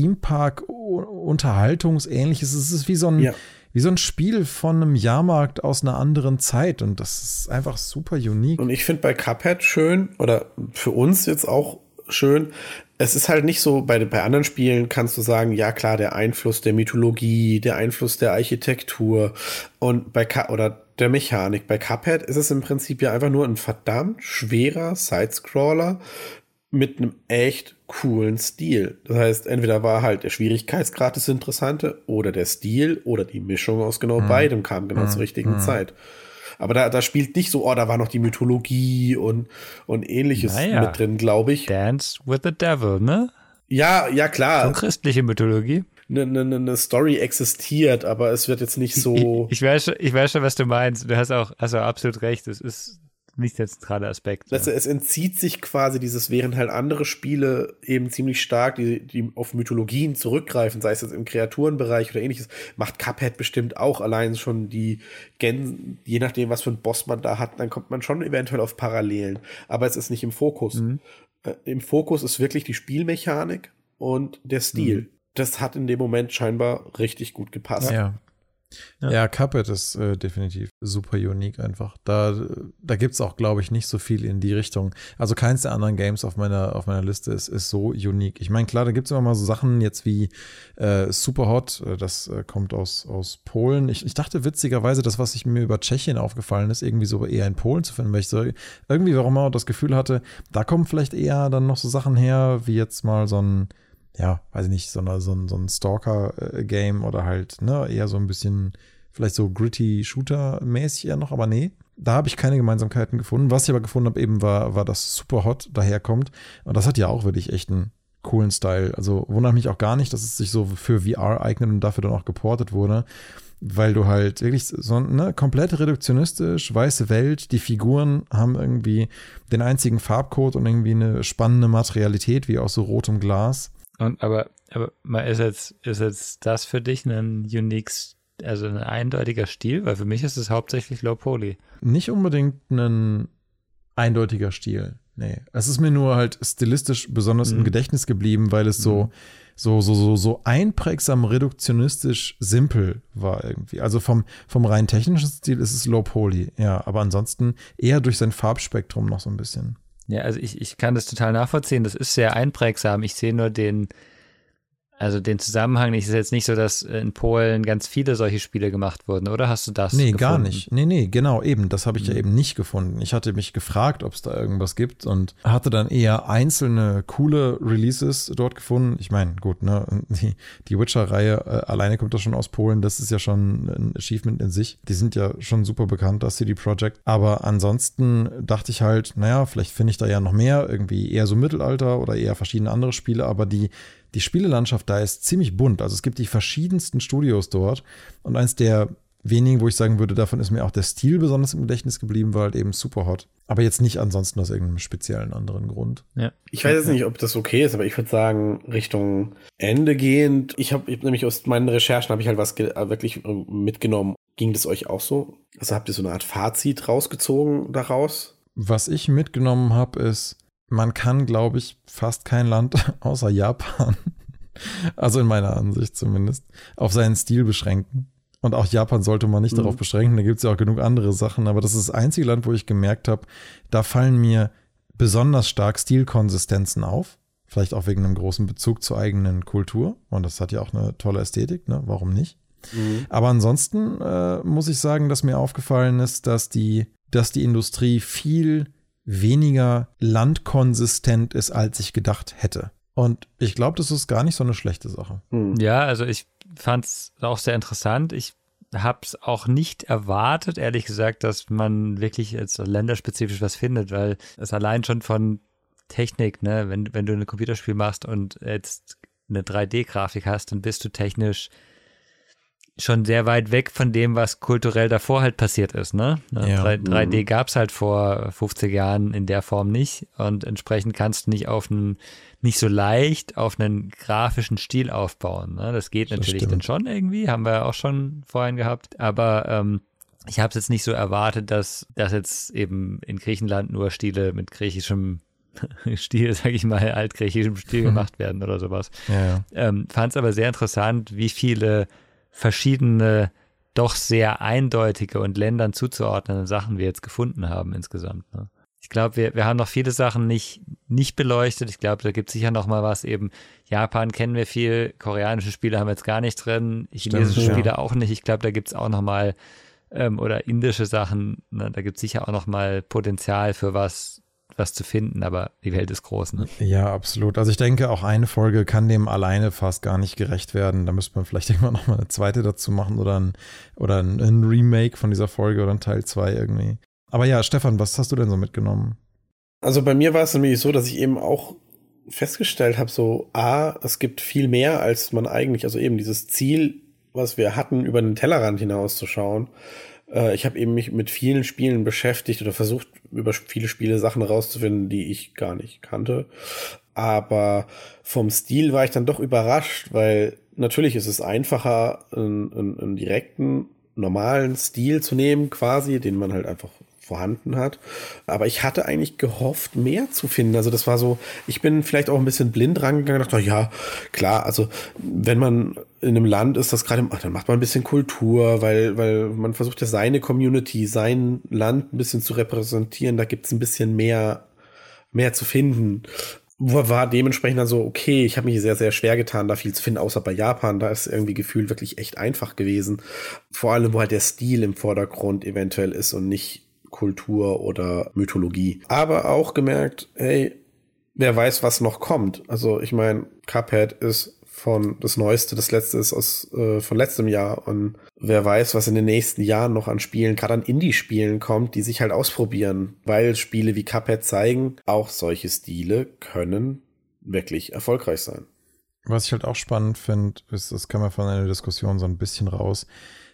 Theme-Park-Unterhaltungsähnliches. Es ist wie so ein Spiel von einem Jahrmarkt aus einer anderen Zeit, und das ist einfach super unique. Und ich finde bei Cuphead schön, oder für uns jetzt auch schön, es ist halt nicht so, bei anderen Spielen kannst du sagen, ja klar, der Einfluss der Mythologie, der Einfluss der Architektur und oder der Mechanik. Bei Cuphead ist es im Prinzip ja einfach nur ein verdammt schwerer Sidescroller mit einem echt coolen Stil. Das heißt, entweder war halt der Schwierigkeitsgrad das Interessante oder der Stil oder die Mischung aus genau beidem kam genau zur richtigen Zeit. Aber da spielt nicht so, da war noch die Mythologie und ähnliches mit drin, glaube ich. Dance with the Devil, ne? Ja, klar. So christliche Mythologie. Eine Story existiert, aber es wird jetzt nicht so. Ich weiß schon, was du meinst. Du hast auch absolut recht. Es ist nicht der zentrale Aspekt. Es entzieht sich quasi während halt andere Spiele eben ziemlich stark, die auf Mythologien zurückgreifen, sei es jetzt im Kreaturenbereich oder ähnliches, macht Cuphead bestimmt auch. Allein schon je nachdem, was für einen Boss man da hat, dann kommt man schon eventuell auf Parallelen. Aber es ist nicht im Fokus. Im Fokus ist wirklich die Spielmechanik und der Stil. Das hat in dem Moment scheinbar richtig gut gepasst. Ja, Cuphead ist definitiv super unique einfach. Da gibt es auch, glaube ich, nicht so viel in die Richtung. Also keins der anderen Games auf meiner Liste ist so unique. Ich meine, klar, da gibt es immer mal so Sachen jetzt wie Superhot, das kommt aus Polen. Ich dachte witzigerweise, das, was mir über Tschechien aufgefallen ist, irgendwie so eher in Polen zu finden, weil ich so irgendwie, warum auch das Gefühl hatte, da kommen vielleicht eher dann noch so Sachen her, wie jetzt mal so ein, weiß ich nicht, so ein Stalker-Game oder halt, eher so ein bisschen, vielleicht so gritty Shooter-mäßig eher noch, aber nee, da habe ich keine Gemeinsamkeiten gefunden. Was ich aber gefunden habe, eben war, dass Superhot daherkommt, und das hat ja auch wirklich echt einen coolen Style. Also wundert mich auch gar nicht, dass es sich so für VR eignet und dafür dann auch geportet wurde, weil du halt wirklich so, ne, komplett reduktionistisch, weiße Welt, die Figuren haben irgendwie den einzigen Farbcode und irgendwie eine spannende Materialität, wie aus so rotem Glas. Aber mal ist jetzt das für dich ein also ein eindeutiger Stil? Weil für mich ist es hauptsächlich Low Poly. Nicht unbedingt ein eindeutiger Stil. Nee. Es ist mir nur halt stilistisch besonders im Gedächtnis geblieben, weil es so einprägsam reduktionistisch simpel war irgendwie. Also vom rein technischen Stil ist es Low Poly, ja, aber ansonsten eher durch sein Farbspektrum noch so ein bisschen. Ja, also ich kann das total nachvollziehen. Das ist sehr einprägsam. Ich sehe nur den Zusammenhang. Es ist jetzt nicht so, dass in Polen ganz viele solche Spiele gemacht wurden, oder? Hast du das gefunden? Gar nicht. Nee, genau, eben. Das habe ich ja eben nicht gefunden. Ich hatte mich gefragt, ob es da irgendwas gibt und hatte dann eher einzelne coole Releases dort gefunden. Ich meine, gut, ne, die Witcher-Reihe alleine kommt doch schon aus Polen. Das ist ja schon ein Achievement in sich. Die sind ja schon super bekannt, das CD Projekt. Aber ansonsten dachte ich halt, naja, vielleicht finde ich da ja noch mehr, irgendwie eher so Mittelalter oder eher verschiedene andere Spiele, aber die Spielelandschaft da ist ziemlich bunt. Also es gibt die verschiedensten Studios dort. Und eins der wenigen, wo ich sagen würde, davon ist mir auch der Stil besonders im Gedächtnis geblieben, war halt eben Superhot. Aber jetzt nicht ansonsten aus irgendeinem speziellen anderen Grund. Ja. Ich weiß jetzt nicht, ob das okay ist, aber ich würde sagen, Richtung Ende gehend. Ich hab nämlich aus meinen Recherchen habe ich halt was wirklich mitgenommen. Ging das euch auch so? Also habt ihr so eine Art Fazit rausgezogen daraus? Was ich mitgenommen habe, ist, man kann, glaube ich, fast kein Land außer Japan, also in meiner Ansicht zumindest, auf seinen Stil beschränken. Und auch Japan sollte man nicht darauf beschränken, da gibt es ja auch genug andere Sachen. Aber das ist das einzige Land, wo ich gemerkt habe, da fallen mir besonders stark Stilkonsistenzen auf. Vielleicht auch wegen einem großen Bezug zur eigenen Kultur. Und das hat ja auch eine tolle Ästhetik, ne? Warum nicht? Aber ansonsten muss ich sagen, dass mir aufgefallen ist, dass die Industrie viel weniger landkonsistent ist, als ich gedacht hätte. Und ich glaube, das ist gar nicht so eine schlechte Sache. Ja, also ich fand es auch sehr interessant. Ich habe es auch nicht erwartet, ehrlich gesagt, dass man wirklich jetzt länderspezifisch was findet, weil es allein schon von Technik, ne, wenn du ein Computerspiel machst und jetzt eine 3D-Grafik hast, dann bist du technisch schon sehr weit weg von dem, was kulturell davor halt passiert ist, ne? Ja. 3D gab es halt vor 50 Jahren in der Form nicht und entsprechend kannst du nicht so leicht auf einen grafischen Stil aufbauen, ne? Das geht natürlich dann schon irgendwie, haben wir auch schon vorhin gehabt, aber ich habe es jetzt nicht so erwartet, dass jetzt eben in Griechenland nur Stile mit griechischem Stil, sag ich mal, altgriechischem Stil gemacht werden oder sowas. Ja. Fand es aber sehr interessant, wie viele verschiedene, doch sehr eindeutige und Ländern zuzuordnende Sachen wir jetzt gefunden haben insgesamt. Ne? Ich glaube, wir haben noch viele Sachen nicht beleuchtet. Ich glaube, da gibt es sicher noch mal was eben. Japan kennen wir viel, koreanische Spiele haben wir jetzt gar nicht drin, chinesische Spiele auch nicht. Ich glaube, da gibt es auch noch mal oder indische Sachen, ne? Da gibt es sicher auch noch mal Potenzial für was zu finden, aber die Welt ist groß, ne? Ja, absolut. Also ich denke, auch eine Folge kann dem alleine fast gar nicht gerecht werden. Da müsste man vielleicht irgendwann noch mal eine zweite dazu machen oder ein Remake von dieser Folge oder ein Teil 2 irgendwie. Aber ja, Stefan, was hast du denn so mitgenommen? Also bei mir war es nämlich so, dass ich eben auch festgestellt habe, es gibt viel mehr, als man eigentlich, also eben dieses Ziel, was wir hatten, über den Tellerrand hinauszuschauen. Ich habe eben mich mit vielen Spielen beschäftigt oder versucht, über viele Spiele Sachen rauszufinden, die ich gar nicht kannte. Aber vom Stil war ich dann doch überrascht, weil natürlich ist es einfacher, einen direkten, normalen Stil zu nehmen, quasi, den man halt einfach vorhanden hat. Aber ich hatte eigentlich gehofft, mehr zu finden. Also das war so, ich bin vielleicht auch ein bisschen blind rangegangen und dachte, ja, klar, also wenn man in einem Land ist, das gerade, dann macht man ein bisschen Kultur, weil man versucht ja seine Community, sein Land ein bisschen zu repräsentieren. Da gibt es ein bisschen mehr zu finden. War dementsprechend dann so, okay, ich habe mich sehr, sehr schwer getan, da viel zu finden, außer bei Japan. Da ist irgendwie gefühlt wirklich echt einfach gewesen. Vor allem, wo halt der Stil im Vordergrund eventuell ist und nicht Kultur oder Mythologie. Aber auch gemerkt, hey, wer weiß, was noch kommt. Also ich meine, Cuphead ist das Neueste, das Letzte ist von letztem Jahr und wer weiß, was in den nächsten Jahren noch an Spielen, gerade an Indie-Spielen kommt, die sich halt ausprobieren, weil Spiele wie Cuphead zeigen, auch solche Stile können wirklich erfolgreich sein. Was ich halt auch spannend finde, ist, das kann man von einer Diskussion so ein bisschen raus,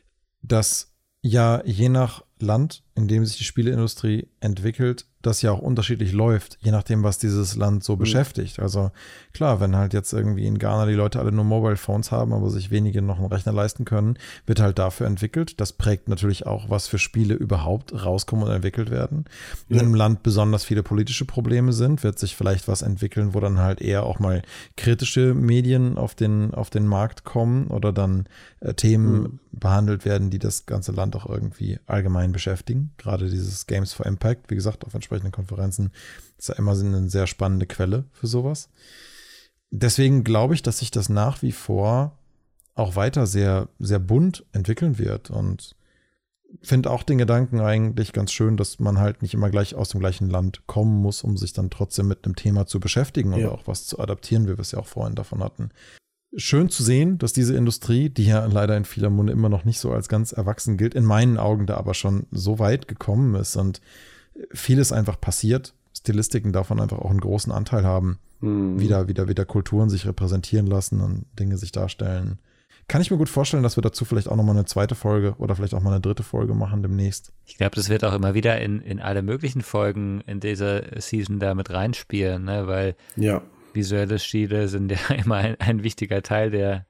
dass ja je nach Land, in dem sich die Spieleindustrie entwickelt, das ja auch unterschiedlich läuft, je nachdem, was dieses Land so beschäftigt. Also klar, wenn halt jetzt irgendwie in Ghana die Leute alle nur Mobile Phones haben, aber sich wenige noch einen Rechner leisten können, wird halt dafür entwickelt. Das prägt natürlich auch, was für Spiele überhaupt rauskommen und entwickelt werden. Wenn im Land besonders viele politische Probleme sind, wird sich vielleicht was entwickeln, wo dann halt eher auch mal kritische Medien auf den Markt kommen oder dann Themen behandelt werden, die das ganze Land auch irgendwie allgemein beschäftigen. Gerade dieses Games for Impact, wie gesagt, auf entsprechenden Konferenzen, ist ja immer eine sehr spannende Quelle für sowas. Deswegen glaube ich, dass sich das nach wie vor auch weiter sehr, sehr bunt entwickeln wird und finde auch den Gedanken eigentlich ganz schön, dass man halt nicht immer gleich aus dem gleichen Land kommen muss, um sich dann trotzdem mit einem Thema zu beschäftigen oder auch was zu adaptieren, wie wir es ja auch vorhin davon hatten. Schön zu sehen, dass diese Industrie, die ja leider in vieler Munde immer noch nicht so als ganz erwachsen gilt, in meinen Augen da aber schon so weit gekommen ist und vieles einfach passiert. Stilistiken davon einfach auch einen großen Anteil haben. Wieder Kulturen sich repräsentieren lassen und Dinge sich darstellen. Kann ich mir gut vorstellen, dass wir dazu vielleicht auch nochmal eine zweite Folge oder vielleicht auch mal eine dritte Folge machen demnächst. Ich glaube, das wird auch immer wieder in alle möglichen Folgen in dieser Season da mit reinspielen, ne? Weil visuelle Stile sind ja immer ein wichtiger Teil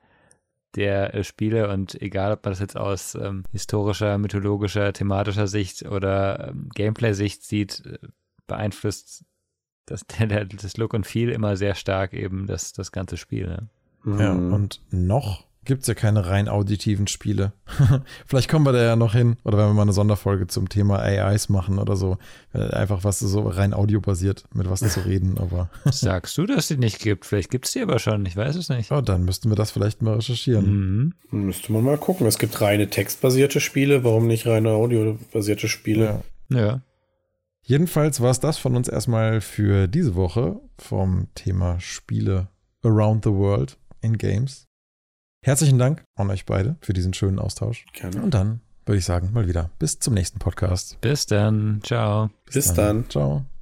der Spiele und egal, ob man das jetzt aus historischer, mythologischer, thematischer Sicht oder Gameplay-Sicht sieht, beeinflusst das Look and Feel immer sehr stark eben das ganze Spiel. Ne? Ja, und noch gibt es ja keine rein auditiven Spiele. Vielleicht kommen wir da ja noch hin. Oder wenn wir mal eine Sonderfolge zum Thema AIs machen oder so. Einfach was so rein audiobasiert, mit was zu reden. Aber sagst du, dass es die nicht gibt? Vielleicht gibt es die aber schon. Ich weiß es nicht. Oh, dann müssten wir das vielleicht mal recherchieren. Müsste man mal gucken. Es gibt reine textbasierte Spiele. Warum nicht reine audiobasierte Spiele? Ja. Jedenfalls war es das von uns erstmal für diese Woche vom Thema Spiele around the world in Games. Herzlichen Dank an euch beide für diesen schönen Austausch. Gerne. Und dann würde ich sagen, mal wieder bis zum nächsten Podcast. Bis dann. Ciao. Bis dann. Ciao.